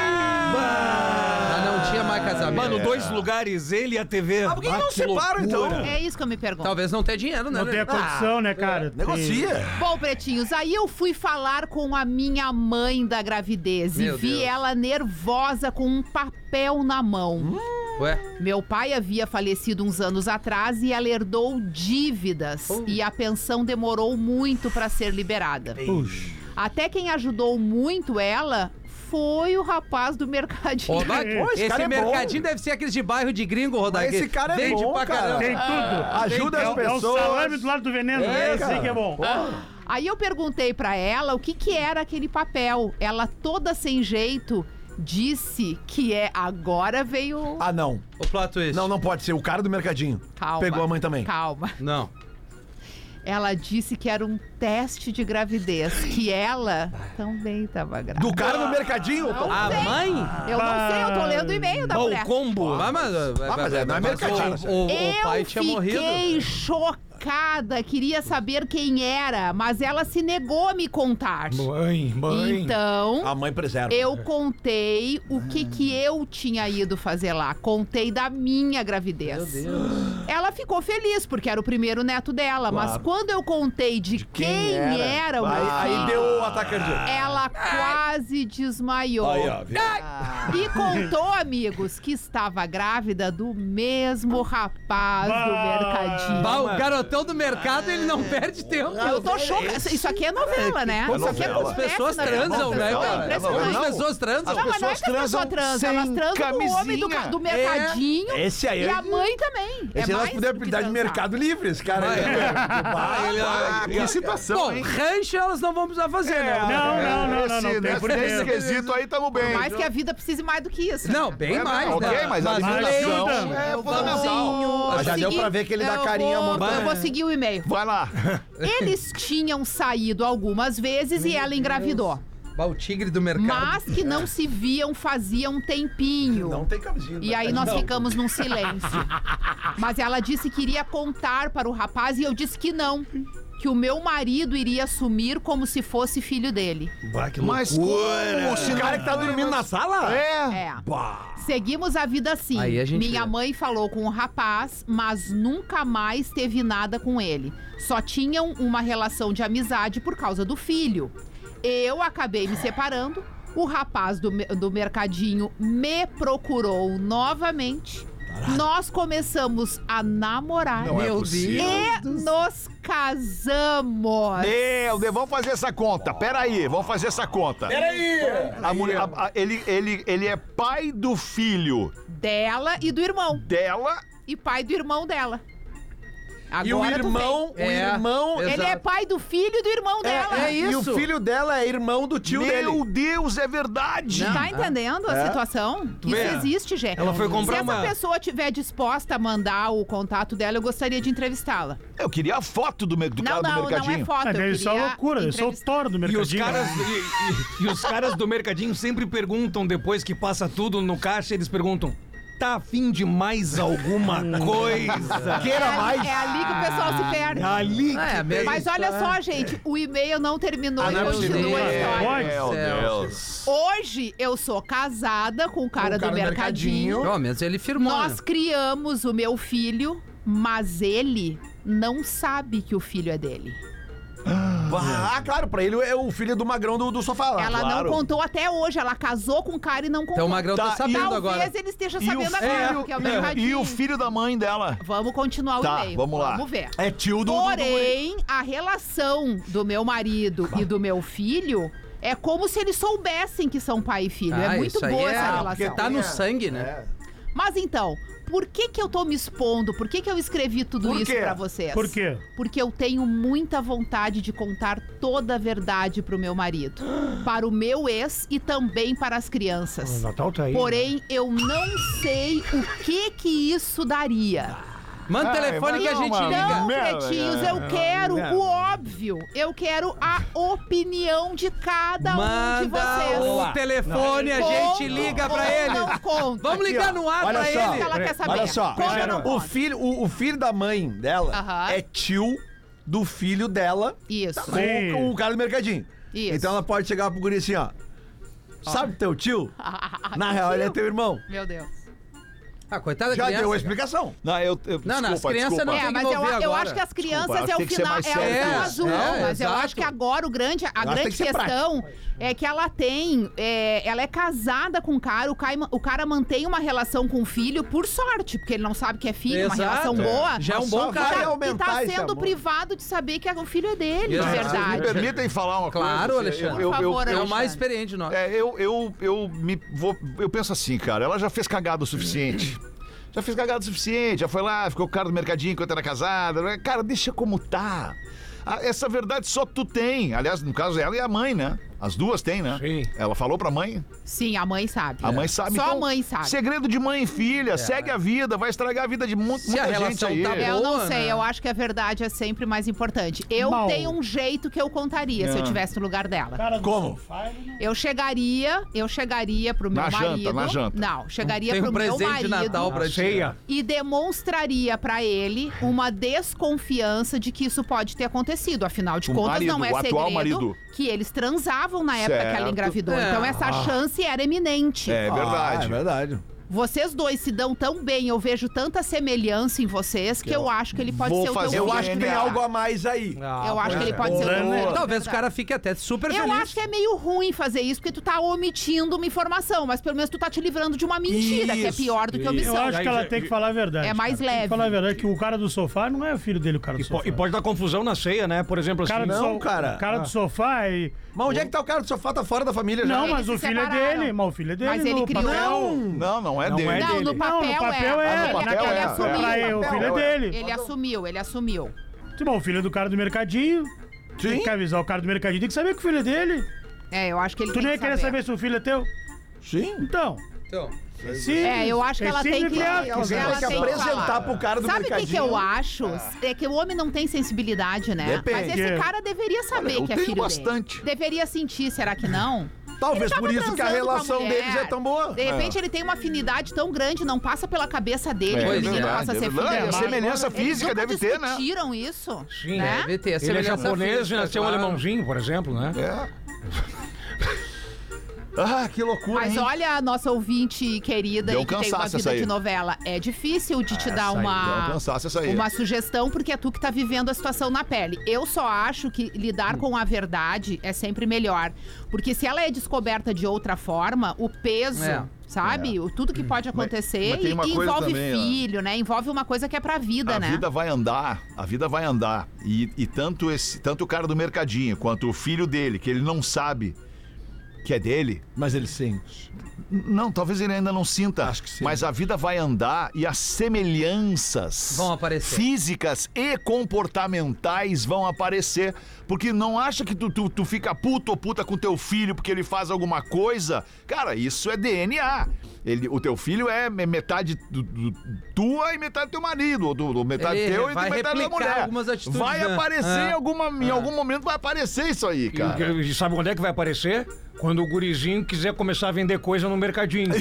Speaker 5: não. Já não tinha mais casamento.
Speaker 8: Mano, dois lugares, ele e a T V.
Speaker 6: Ah, por que não
Speaker 8: que
Speaker 6: separa, então?
Speaker 8: loucura.
Speaker 4: É isso que eu me pergunto.
Speaker 5: Talvez não tenha dinheiro, né?
Speaker 7: Não tem a condição, né, cara? Tem-
Speaker 6: Negocia.
Speaker 4: Bom, pretinhos, aí eu fui falar com a minha mãe da gravidez
Speaker 5: Meu
Speaker 4: e vi
Speaker 5: Deus.
Speaker 4: ela nervosa com um papel na mão.
Speaker 5: Ué,
Speaker 4: Meu pai havia falecido uns anos atrás e ela herdou dívidas. E a pensão demorou muito para ser liberada. Até quem ajudou muito ela foi o rapaz do mercadinho.
Speaker 5: Ô, vai-
Speaker 6: Pô, esse
Speaker 5: esse
Speaker 6: cara é bom.
Speaker 5: mercadinho deve ser aqueles de bairro de gringo, Rodaica.
Speaker 6: Esse cara é
Speaker 5: Vende
Speaker 6: bom,
Speaker 5: pra
Speaker 6: cara.
Speaker 5: caramba.
Speaker 7: Tem tudo.
Speaker 6: Ajuda
Speaker 7: é,
Speaker 6: as
Speaker 7: o- É o
Speaker 6: pessoas.
Speaker 7: salame do lado do veneno, né? Esse aí que é bom.
Speaker 4: Aí eu perguntei pra ela o que que era aquele papel. Ela toda sem jeito disse que é agora veio...
Speaker 6: Ah, não.
Speaker 5: O plot twist.
Speaker 6: Não, não pode ser. O cara do mercadinho.
Speaker 4: Calma.
Speaker 6: Pegou a mãe também.
Speaker 4: Calma.
Speaker 5: Não.
Speaker 4: Ela disse que era um teste de gravidez, que ela também tava grávida.
Speaker 6: Do cara do mercadinho?
Speaker 5: A mãe?
Speaker 4: Eu não sei, eu tô lendo o e-mail da
Speaker 8: Bom,
Speaker 4: mulher.
Speaker 8: o combo.
Speaker 5: Ah, mas,
Speaker 6: Ah, mas é, não é mercadinho.
Speaker 5: O, o- o
Speaker 4: Eu
Speaker 5: pai tinha morrido.
Speaker 4: fiquei chocada, queria saber quem era, mas ela se negou a me contar.
Speaker 8: Mãe, mãe.
Speaker 4: Então,
Speaker 6: A mãe preserva.
Speaker 4: eu contei o que que eu tinha ido fazer lá. Contei da minha gravidez. Ela ficou feliz, porque era o primeiro neto dela. Mas quando eu contei de, quem, era, o meu
Speaker 6: Aí, aí
Speaker 4: filho,
Speaker 6: deu o ataque cardíaco.
Speaker 4: ela quase desmaiou.
Speaker 6: Aí, ó, viu?
Speaker 4: E contou, amigos, que estava grávida do mesmo rapaz do
Speaker 7: Ah.
Speaker 4: mercadinho.
Speaker 5: Bah, o garotão do mercado, ele não perde tempo.
Speaker 4: Eu tô chocada. Isso aqui é novela, né? Isso aqui
Speaker 3: novela.
Speaker 5: As pessoas
Speaker 4: acontece na vida
Speaker 5: transam,
Speaker 4: das
Speaker 5: né,
Speaker 4: pessoas,
Speaker 5: cara?
Speaker 4: É impressionante.
Speaker 5: As pessoas transam.
Speaker 4: Não, mas não é que as pessoas
Speaker 3: transam
Speaker 4: transam,
Speaker 3: sem
Speaker 4: elas transam com o homem do, ca-
Speaker 3: camisinha.
Speaker 4: do mercadinho
Speaker 6: Esse aí
Speaker 4: e
Speaker 6: é-
Speaker 4: a mãe também.
Speaker 6: Esse
Speaker 4: é
Speaker 6: nós
Speaker 4: mais
Speaker 6: podemos
Speaker 4: do que
Speaker 6: apelidar de
Speaker 4: transar.
Speaker 6: Mercado Livre, esse cara. aí.
Speaker 3: Ah, que situação,
Speaker 5: Bom,
Speaker 3: hein?
Speaker 5: rancho elas não vão precisar fazer, né?
Speaker 7: Não, não, não, não, não.
Speaker 3: Esse,
Speaker 7: Tem por
Speaker 3: nesse
Speaker 7: dentro.
Speaker 3: quesito aí tamo bem.
Speaker 4: Mais que a vida precise mais do que isso.
Speaker 5: Não, bem
Speaker 3: É,
Speaker 5: mais,
Speaker 3: ok,
Speaker 5: né?
Speaker 3: mas a alimentação
Speaker 7: ajuda.
Speaker 3: é
Speaker 4: Eu
Speaker 3: fundamental.
Speaker 4: vou
Speaker 6: Ah, já deu
Speaker 4: seguir-
Speaker 6: pra ver que ele dá
Speaker 4: eu
Speaker 6: carinha
Speaker 4: vou-
Speaker 6: amor.
Speaker 4: Eu vou seguir o e-mail.
Speaker 3: Vai lá.
Speaker 4: Eles tinham saído algumas vezes e ela engravidou.
Speaker 5: Bah, o tigre do mercado.
Speaker 4: Mas que não se viam fazia um tempinho.
Speaker 6: Não tem camisinha.
Speaker 4: E aí nós ficamos num silêncio. Mas ela disse que iria contar para o rapaz e eu disse que não. que o meu marido iria assumir como se fosse filho dele.
Speaker 6: Bah, que
Speaker 3: Mas
Speaker 6: loucura.
Speaker 3: como? Se
Speaker 6: O
Speaker 3: não-
Speaker 6: cara que tá dormindo na sala?
Speaker 3: É.
Speaker 4: É. Seguimos a vida assim.
Speaker 5: Aí a gente
Speaker 4: Minha
Speaker 5: vê.
Speaker 4: mãe falou com o rapaz, mas nunca mais teve nada com ele. Só tinham uma relação de amizade por causa do filho. Eu acabei me separando. O rapaz do, me- do mercadinho me procurou novamente. Nós começamos a namorar.
Speaker 3: Não é
Speaker 5: Meu
Speaker 3: possível.
Speaker 4: E nos casamos.
Speaker 3: Meu Deus, vamos fazer essa conta. Pera aí, vamos fazer essa conta.
Speaker 6: Peraí!
Speaker 3: A mulher, a- a- ele, ele, ele é pai do filho
Speaker 4: Dela e do irmão.
Speaker 3: dela.
Speaker 4: E pai do irmão dela. Agora
Speaker 6: E o
Speaker 4: tu vem.
Speaker 6: irmão, o
Speaker 5: É,
Speaker 6: irmão...
Speaker 5: exato.
Speaker 4: Ele é pai do filho e do irmão dela.
Speaker 5: é
Speaker 6: E o
Speaker 5: isso.
Speaker 6: filho dela é irmão do tio
Speaker 3: Meu
Speaker 6: dele.
Speaker 3: Deus, é verdade.
Speaker 4: Tá entendendo a situação? Isso
Speaker 8: vê?
Speaker 4: existe, Gé.
Speaker 8: Ela foi comprar
Speaker 4: Se essa
Speaker 8: uma-
Speaker 4: pessoa tiver disposta a mandar o contato dela, eu gostaria de entrevistá-la.
Speaker 3: Eu queria a foto do, me- do
Speaker 4: Não,
Speaker 3: cara do
Speaker 4: não, não
Speaker 3: mercadinho.
Speaker 4: é foto.
Speaker 7: Ah,
Speaker 4: eu
Speaker 7: deve ser uma
Speaker 4: queria
Speaker 7: loucura, eu sou o
Speaker 4: entrevistar-
Speaker 7: Thor do
Speaker 8: E os,
Speaker 7: mercadinho.
Speaker 8: caras, e, e- e os caras do mercadinho sempre perguntam, depois que passa tudo no caixa, eles perguntam: tá afim de mais alguma coisa?
Speaker 6: Queira
Speaker 4: É ali-
Speaker 6: mais.
Speaker 4: É ali que o pessoal se perde.
Speaker 8: Ali
Speaker 5: Ah, é mesmo.
Speaker 4: Mas olha só, gente, o e-mail não terminou
Speaker 6: Ah,
Speaker 4: e
Speaker 6: não é
Speaker 4: continua
Speaker 6: possível.
Speaker 4: a história.
Speaker 7: Pode?
Speaker 3: Meu
Speaker 5: céu.
Speaker 3: Deus.
Speaker 4: Hoje eu sou casada com o cara,
Speaker 6: Com o cara
Speaker 4: do
Speaker 6: do
Speaker 4: mercadinho.
Speaker 6: mercadinho.
Speaker 5: Pelo menos ele firmou,
Speaker 4: Nós
Speaker 5: né?
Speaker 4: criamos o meu filho, mas ele não sabe que o filho é dele.
Speaker 6: Ah, claro, pra ele é o filho do magrão do, do sofá lá.
Speaker 4: Ela
Speaker 3: claro.
Speaker 4: não contou até hoje. Ela casou com o cara e não contou.
Speaker 5: Então o Magrão tá,
Speaker 3: Tá, e-
Speaker 5: sabendo
Speaker 4: Talvez
Speaker 5: agora.
Speaker 4: ele esteja
Speaker 3: E o,
Speaker 4: sabendo agora, que é o mercadinho.
Speaker 3: e o filho da mãe dela.
Speaker 4: Vamos continuar o
Speaker 3: Tá,
Speaker 4: e-mail.
Speaker 3: vamos lá.
Speaker 4: Vamos ver.
Speaker 6: É tio do... do- do-
Speaker 4: Porém, a relação do meu marido e do meu filho é como se eles soubessem que são pai e filho.
Speaker 5: Ah,
Speaker 4: é muito
Speaker 5: isso aí
Speaker 4: boa
Speaker 5: é,
Speaker 4: essa
Speaker 5: porque
Speaker 4: relação.
Speaker 5: tá no sangue, né?
Speaker 4: Mas então, por que que eu tô me expondo? Por que que eu escrevi tudo
Speaker 3: Por
Speaker 4: isso
Speaker 3: quê?
Speaker 4: pra vocês?
Speaker 7: Por quê?
Speaker 4: Porque eu tenho muita vontade de contar toda a verdade pro meu marido, para o meu ex e também para as crianças.
Speaker 8: Natal tá aí.
Speaker 4: Porém, eu não sei o que que isso daria.
Speaker 5: Manda o
Speaker 3: Ai,
Speaker 5: telefone
Speaker 3: mas
Speaker 5: que a
Speaker 3: não,
Speaker 5: gente
Speaker 3: mano.
Speaker 5: liga.
Speaker 4: Não,
Speaker 3: Merda,
Speaker 4: pretinhos, eu quero o óbvio. Eu quero a opinião de cada um de
Speaker 5: Manda
Speaker 4: vocês.
Speaker 5: o telefone, a gente
Speaker 4: Conto
Speaker 5: liga
Speaker 4: ou
Speaker 5: pra ele.
Speaker 4: Não conto.
Speaker 5: Vamos ligar no ar
Speaker 6: Olha
Speaker 5: pra
Speaker 6: só.
Speaker 5: ele.
Speaker 4: Ela quer saber.
Speaker 6: Olha só,
Speaker 4: Conta ou não
Speaker 6: o
Speaker 4: conta?
Speaker 6: filho, o, o filho da mãe dela
Speaker 4: Aham.
Speaker 6: é tio do filho dela
Speaker 4: Isso.
Speaker 6: com,
Speaker 7: Sim.
Speaker 6: com o cara do mercadinho.
Speaker 4: Isso.
Speaker 6: Então ela pode chegar pro guri assim, ó. Sabe teu tio? Na real, ele é teu irmão.
Speaker 4: Meu Deus.
Speaker 5: Ah, coitada da
Speaker 6: Já
Speaker 5: criança.
Speaker 6: deu a
Speaker 5: cara.
Speaker 6: explicação.
Speaker 3: Não, eu, eu
Speaker 5: Não, não,
Speaker 3: desculpa,
Speaker 5: as crianças
Speaker 3: desculpa.
Speaker 5: não
Speaker 4: É,
Speaker 5: tem
Speaker 4: mas
Speaker 5: que
Speaker 4: eu,
Speaker 5: envolver
Speaker 4: eu
Speaker 5: agora.
Speaker 4: acho que as crianças
Speaker 3: Desculpa,
Speaker 4: é o
Speaker 3: tem que ser
Speaker 4: final,
Speaker 3: mais
Speaker 4: é o
Speaker 3: sério
Speaker 4: final
Speaker 5: que isso.
Speaker 4: azul.
Speaker 5: É,
Speaker 4: mas eu
Speaker 5: exato.
Speaker 4: acho que agora o grande, a
Speaker 6: tem
Speaker 4: grande
Speaker 6: que ser
Speaker 4: questão é que ela tem, é, ela é casada com o cara, o cara, o cara mantém uma relação com o filho por sorte, porque ele não sabe que é filho, uma
Speaker 5: Exato.
Speaker 4: relação
Speaker 5: É.
Speaker 4: boa.
Speaker 5: Já é um
Speaker 6: Mas
Speaker 5: bom
Speaker 6: só
Speaker 5: cara.
Speaker 6: vai
Speaker 4: Tá- e
Speaker 6: aumentar
Speaker 4: tá
Speaker 6: esse
Speaker 4: sendo
Speaker 6: amor.
Speaker 4: privado de saber que o filho é dele,
Speaker 5: Exato.
Speaker 4: de
Speaker 3: Me
Speaker 4: verdade.
Speaker 3: permitem falar uma
Speaker 5: Claro,
Speaker 3: coisa?
Speaker 5: Alexandre.
Speaker 3: Eu, eu,
Speaker 4: Por favor,
Speaker 3: eu,
Speaker 5: É
Speaker 3: eu,
Speaker 5: o mais experiente de nós.
Speaker 3: é, eu, eu, eu, me, vou, eu penso assim, cara, ela já fez cagada o suficiente. Já fez cagada o suficiente, já foi lá, ficou com o cara do mercadinho enquanto era casada. Cara, deixa como tá. Ah, essa verdade só tu tem. Aliás, no caso, ela e a mãe, né? As duas têm, né?
Speaker 8: Sim.
Speaker 3: Ela falou pra mãe,
Speaker 4: Sim, a mãe sabe.
Speaker 3: a mãe sabe.
Speaker 4: Só
Speaker 3: então,
Speaker 4: a mãe sabe.
Speaker 3: Segredo de mãe e filha, segue a vida, vai estragar a vida de mu
Speaker 5: Se
Speaker 3: muita
Speaker 5: a
Speaker 3: gente
Speaker 5: relação
Speaker 3: aí.
Speaker 5: tá
Speaker 4: Eu não
Speaker 5: boa,
Speaker 4: sei,
Speaker 5: né?
Speaker 4: eu acho que a verdade é sempre mais importante. Eu
Speaker 7: Mal.
Speaker 4: tenho um jeito que eu contaria se eu tivesse no lugar dela.
Speaker 7: Cara do
Speaker 6: Como?
Speaker 7: sofá, ele não-
Speaker 4: Eu chegaria, eu chegaria pro meu
Speaker 3: Na janta,
Speaker 4: marido.
Speaker 3: na janta.
Speaker 4: Não, chegaria
Speaker 5: Tem
Speaker 4: pro
Speaker 5: um
Speaker 4: meu
Speaker 5: presente
Speaker 4: marido
Speaker 5: de Natal pra ti.
Speaker 8: Cheia.
Speaker 4: e demonstraria pra ele uma desconfiança de que isso pode ter acontecido. Afinal de
Speaker 3: O
Speaker 4: contas,
Speaker 3: marido,
Speaker 4: não é
Speaker 3: o atual
Speaker 4: segredo
Speaker 3: marido.
Speaker 4: que eles transavam na época que ela
Speaker 3: Certo.
Speaker 4: engravidou.
Speaker 5: É.
Speaker 4: Então essa chance era eminente.
Speaker 3: É verdade.
Speaker 6: Ah, é verdade.
Speaker 4: Vocês dois se dão tão bem, eu vejo tanta semelhança em vocês que eu, acho que ele pode
Speaker 3: vou
Speaker 4: ser o teu
Speaker 3: fazer
Speaker 6: Eu
Speaker 3: um
Speaker 4: filho.
Speaker 6: acho que tem
Speaker 3: D N A.
Speaker 6: algo a mais aí.
Speaker 4: Eu acho que ele pode ser o teu
Speaker 7: Boa.
Speaker 4: filho.
Speaker 5: Talvez o cara fique até super
Speaker 4: Eu
Speaker 5: feliz.
Speaker 4: acho que é meio ruim fazer isso, porque tu tá omitindo uma informação, mas pelo menos tu tá te livrando de uma mentira, que é
Speaker 6: Isso,
Speaker 4: pior do que
Speaker 7: Eu
Speaker 4: omissão.
Speaker 7: acho que ela tem que falar a verdade.
Speaker 4: É mais
Speaker 7: cara. Tem
Speaker 4: leve.
Speaker 7: que falar a verdade que o cara do sofá não é o filho dele, o cara do
Speaker 8: E, po-
Speaker 7: sofá.
Speaker 8: e pode dar confusão na ceia, né? Por exemplo,
Speaker 7: O cara
Speaker 8: assim.
Speaker 7: do,
Speaker 6: Não,
Speaker 7: so-
Speaker 6: cara.
Speaker 7: o cara do sofá e...
Speaker 6: Mas onde é que tá o cara do sofá? Tá fora da família já.
Speaker 7: Não,
Speaker 4: Eles
Speaker 7: mas
Speaker 4: se
Speaker 7: o filho é
Speaker 4: separaram.
Speaker 7: dele. Mas o filho é dele.
Speaker 4: Mas ele
Speaker 7: no
Speaker 4: criou-
Speaker 7: papel-
Speaker 3: Não, não é
Speaker 8: Não
Speaker 3: dele.
Speaker 8: é
Speaker 4: Não,
Speaker 8: dele.
Speaker 4: no papel,
Speaker 7: Não, no papel é.
Speaker 4: é.
Speaker 3: Ah, no
Speaker 4: Ele,
Speaker 3: papel
Speaker 4: ele
Speaker 3: é.
Speaker 4: assumiu.
Speaker 7: Pra ele, o filho é dele.
Speaker 4: Ele assumiu, ele assumiu.
Speaker 7: Sim, bom, o filho é do cara do mercadinho. Tem
Speaker 6: Sim.
Speaker 7: que avisar o cara do mercadinho. Tem que saber que o filho é dele.
Speaker 4: É, eu acho que ele
Speaker 7: Tu
Speaker 4: tem
Speaker 7: nem
Speaker 4: que
Speaker 7: ia querer saber se o filho é teu?
Speaker 6: Sim.
Speaker 7: Então.
Speaker 5: Então,
Speaker 7: É simples.
Speaker 4: É, eu acho que ela tem
Speaker 7: simples
Speaker 4: que...
Speaker 7: criar,
Speaker 4: ela
Speaker 6: Você
Speaker 7: ela
Speaker 6: tem que
Speaker 4: tem que
Speaker 6: apresentar
Speaker 4: falar.
Speaker 6: pro cara do
Speaker 4: Sabe o que,
Speaker 6: mercadinho.
Speaker 4: que eu acho? É que o homem não tem sensibilidade, né?
Speaker 6: Depende.
Speaker 4: Mas esse cara deveria saber
Speaker 3: Olha, eu
Speaker 4: que é
Speaker 3: tenho
Speaker 4: filho
Speaker 3: bastante.
Speaker 4: dele. Deveria sentir, será que não?
Speaker 6: Talvez
Speaker 4: Ele
Speaker 6: por
Speaker 4: tava
Speaker 6: isso que a
Speaker 4: transando com
Speaker 6: relação
Speaker 4: mulher.
Speaker 6: deles é tão boa.
Speaker 4: De repente ele tem uma afinidade tão grande, não passa pela cabeça dele
Speaker 3: É,
Speaker 4: que o menino
Speaker 3: verdade,
Speaker 4: possa
Speaker 3: é
Speaker 4: ser
Speaker 3: verdade.
Speaker 4: filho
Speaker 3: É,
Speaker 4: dele.
Speaker 3: semelhança
Speaker 4: Eles
Speaker 3: física
Speaker 4: nunca
Speaker 3: deve ter, né?
Speaker 4: discutiram isso,
Speaker 8: Sim,
Speaker 4: né?
Speaker 5: Deve ter.
Speaker 8: Ele é
Speaker 5: semelhança
Speaker 8: japonês,
Speaker 5: física,
Speaker 8: nasceu um
Speaker 5: claro.
Speaker 8: alemãozinho, por exemplo, né?
Speaker 3: É. Ah, que loucura,
Speaker 4: Mas
Speaker 3: hein?
Speaker 4: olha a nossa ouvinte querida
Speaker 3: Deu
Speaker 4: aí
Speaker 3: um
Speaker 4: que tem uma
Speaker 3: cansaço
Speaker 4: vida
Speaker 3: essa aí.
Speaker 4: de novela. É difícil de te
Speaker 3: Essa
Speaker 4: dar
Speaker 3: aí, deu um
Speaker 4: uma,
Speaker 3: cansaço essa aí.
Speaker 4: uma sugestão, porque é tu que tá vivendo a situação na pele. Eu só acho que lidar com a verdade é sempre melhor. Porque se ela é descoberta de outra forma, o peso...
Speaker 5: É.
Speaker 4: Sabe? O Tudo que pode acontecer
Speaker 3: mas tem
Speaker 4: e,
Speaker 3: uma
Speaker 4: e
Speaker 3: coisa
Speaker 4: envolve
Speaker 3: também, ó.
Speaker 4: filho, né? Envolve uma coisa que é pra vida,
Speaker 3: A
Speaker 4: né?
Speaker 3: vida vai andar, a vida vai andar. E, e tanto, esse, tanto o cara do mercadinho quanto o filho dele, que ele não sabe que é dele.
Speaker 6: Mas ele sente.
Speaker 3: Não, talvez ele ainda não sinta.
Speaker 6: Acho que sim.
Speaker 3: Mas a vida vai andar e as semelhanças
Speaker 5: Vão aparecer.
Speaker 3: físicas e comportamentais vão aparecer. Porque não acha que tu, tu, tu fica puto ou puta com teu filho porque ele faz alguma coisa. Cara, isso é D N A. Ele, o teu filho é metade do, do, tua e metade do teu marido, ou do, do metade
Speaker 5: Ele
Speaker 3: teu e
Speaker 5: vai
Speaker 3: do metade da
Speaker 5: replicar
Speaker 3: mulher.
Speaker 5: algumas atitudes,
Speaker 3: Vai
Speaker 5: né?
Speaker 3: aparecer
Speaker 5: É.
Speaker 3: em, alguma, em algum momento, vai aparecer isso aí,
Speaker 8: E,
Speaker 3: cara.
Speaker 8: e sabe quando é que vai aparecer? Quando o gurizinho quiser começar a vender coisa no mercadinho.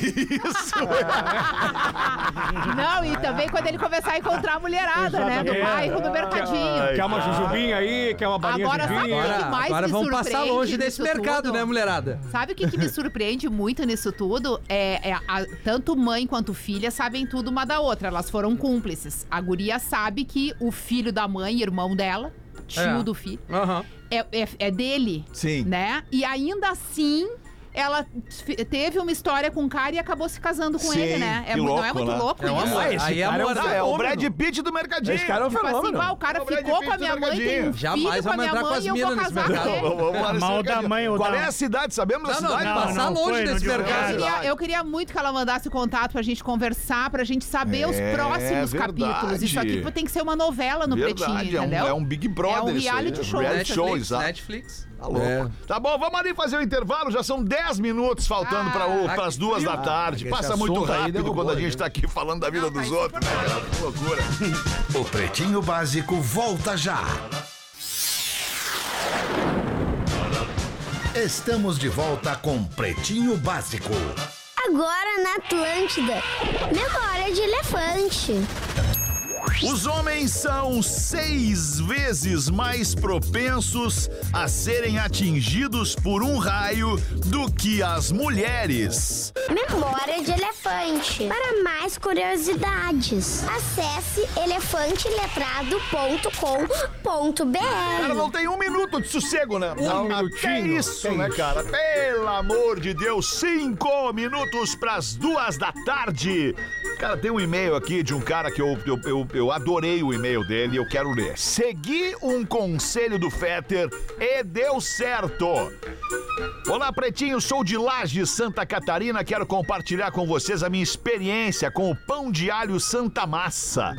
Speaker 4: Não, e também quando ele começar a encontrar a mulherada, né? No
Speaker 8: Exatamente.
Speaker 4: bairro, no mercadinho.
Speaker 8: Quer uma jujubinha aí, quer uma balinha
Speaker 4: Agora,
Speaker 8: de
Speaker 4: sabe
Speaker 8: vinho.
Speaker 4: o que
Speaker 5: Agora,
Speaker 4: mais
Speaker 5: agora
Speaker 4: me
Speaker 5: vamos passar
Speaker 4: surpreende
Speaker 5: longe desse
Speaker 4: nisso
Speaker 5: mercado,
Speaker 4: tudo?
Speaker 5: né, mulherada?
Speaker 4: Sabe o que, que me surpreende muito nisso tudo? É, é a- tanto mãe quanto filha sabem tudo uma da outra. Elas foram cúmplices. A guria sabe que o filho da mãe, irmão dela, tio
Speaker 5: É.
Speaker 4: do filho,
Speaker 5: Aham.
Speaker 4: é, é, é dele.
Speaker 3: Sim.
Speaker 4: Né? E ainda assim, ela f- teve uma história com o cara e acabou se casando com
Speaker 3: Sim,
Speaker 4: ele, né? É,
Speaker 3: que
Speaker 4: mu- não é
Speaker 3: louco,
Speaker 4: muito
Speaker 3: né?
Speaker 4: louco
Speaker 5: É um
Speaker 4: isso?
Speaker 5: amor.
Speaker 8: Ah, esse
Speaker 5: Aí é
Speaker 8: cara é um
Speaker 5: amor.
Speaker 3: Ah, é o
Speaker 8: fenômeno.
Speaker 3: Brad Pitt do mercadinho.
Speaker 6: Esse cara é um
Speaker 4: Tipo assim,
Speaker 6: fenômeno.
Speaker 4: ah, o cara
Speaker 3: É o Brad
Speaker 4: ficou
Speaker 3: Pitt
Speaker 4: com a
Speaker 3: do
Speaker 4: minha mãe, tem um
Speaker 3: mercadinho.
Speaker 5: Jamais
Speaker 4: filho com a
Speaker 5: vamos
Speaker 4: minha
Speaker 5: entrar com
Speaker 4: mãe
Speaker 5: as
Speaker 4: e eu vou
Speaker 5: minas nesse
Speaker 4: casar com
Speaker 5: mercado.
Speaker 4: ele.
Speaker 3: Vamos aparecer
Speaker 7: Mal
Speaker 3: no
Speaker 7: da
Speaker 3: mercadinho.
Speaker 7: mãe ou
Speaker 3: Qual
Speaker 7: da-
Speaker 3: é a cidade? Sabemos a
Speaker 5: Não, não,
Speaker 3: cidade?
Speaker 5: não,
Speaker 7: Não,
Speaker 5: passar
Speaker 7: não
Speaker 5: longe
Speaker 7: foi, não
Speaker 5: desse
Speaker 7: deu-
Speaker 4: Eu
Speaker 5: mercado.
Speaker 4: queria, eu queria muito que ela mandasse contato pra gente conversar, pra gente saber os
Speaker 3: É,
Speaker 4: próximos
Speaker 3: verdade.
Speaker 4: capítulos. Isso aqui tem que ser uma novela no
Speaker 3: Verdade,
Speaker 4: Pretinho,
Speaker 3: é um,
Speaker 4: entendeu?
Speaker 3: é um Big Brother
Speaker 4: É um
Speaker 3: isso aí,
Speaker 4: reality show.
Speaker 3: Reality show,
Speaker 5: Netflix,
Speaker 3: exato.
Speaker 5: Netflix.
Speaker 3: Tá louco.
Speaker 6: É.
Speaker 3: Tá bom, vamos ali fazer o intervalo. Já são dez minutos faltando para
Speaker 4: Ah,
Speaker 3: para as duas da tarde.
Speaker 6: esse
Speaker 3: Passa muito
Speaker 6: assunto aí
Speaker 3: rápido
Speaker 6: derrubou,
Speaker 3: quando a gente
Speaker 6: né?
Speaker 3: tá aqui falando da vida dos outros, né? cara? Que loucura.
Speaker 1: O Pretinho Básico volta já. Estamos de volta com Pretinho Básico.
Speaker 9: Agora na Atlântida. Memória de elefante.
Speaker 3: Os homens são seis vezes mais propensos a serem atingidos por um raio do que as mulheres.
Speaker 9: Memória de elefante. Para mais curiosidades, acesse elefante letrado ponto com ponto b r.
Speaker 3: Cara, não tem um minuto de sossego, né?
Speaker 8: Um
Speaker 3: Até
Speaker 8: minutinho.
Speaker 3: isso,
Speaker 8: Que
Speaker 3: né,
Speaker 8: isso?
Speaker 3: cara? Pelo amor de Deus, cinco minutos pras duas da tarde. Cara, tem um e-mail aqui de um cara que eu, eu, eu, eu adorei o e-mail dele e eu quero ler. Segui um conselho do Fetter e deu certo. Olá, Pretinho, sou de Lages, Santa Catarina. Quero compartilhar com vocês a minha experiência com o pão de alho Santa Massa.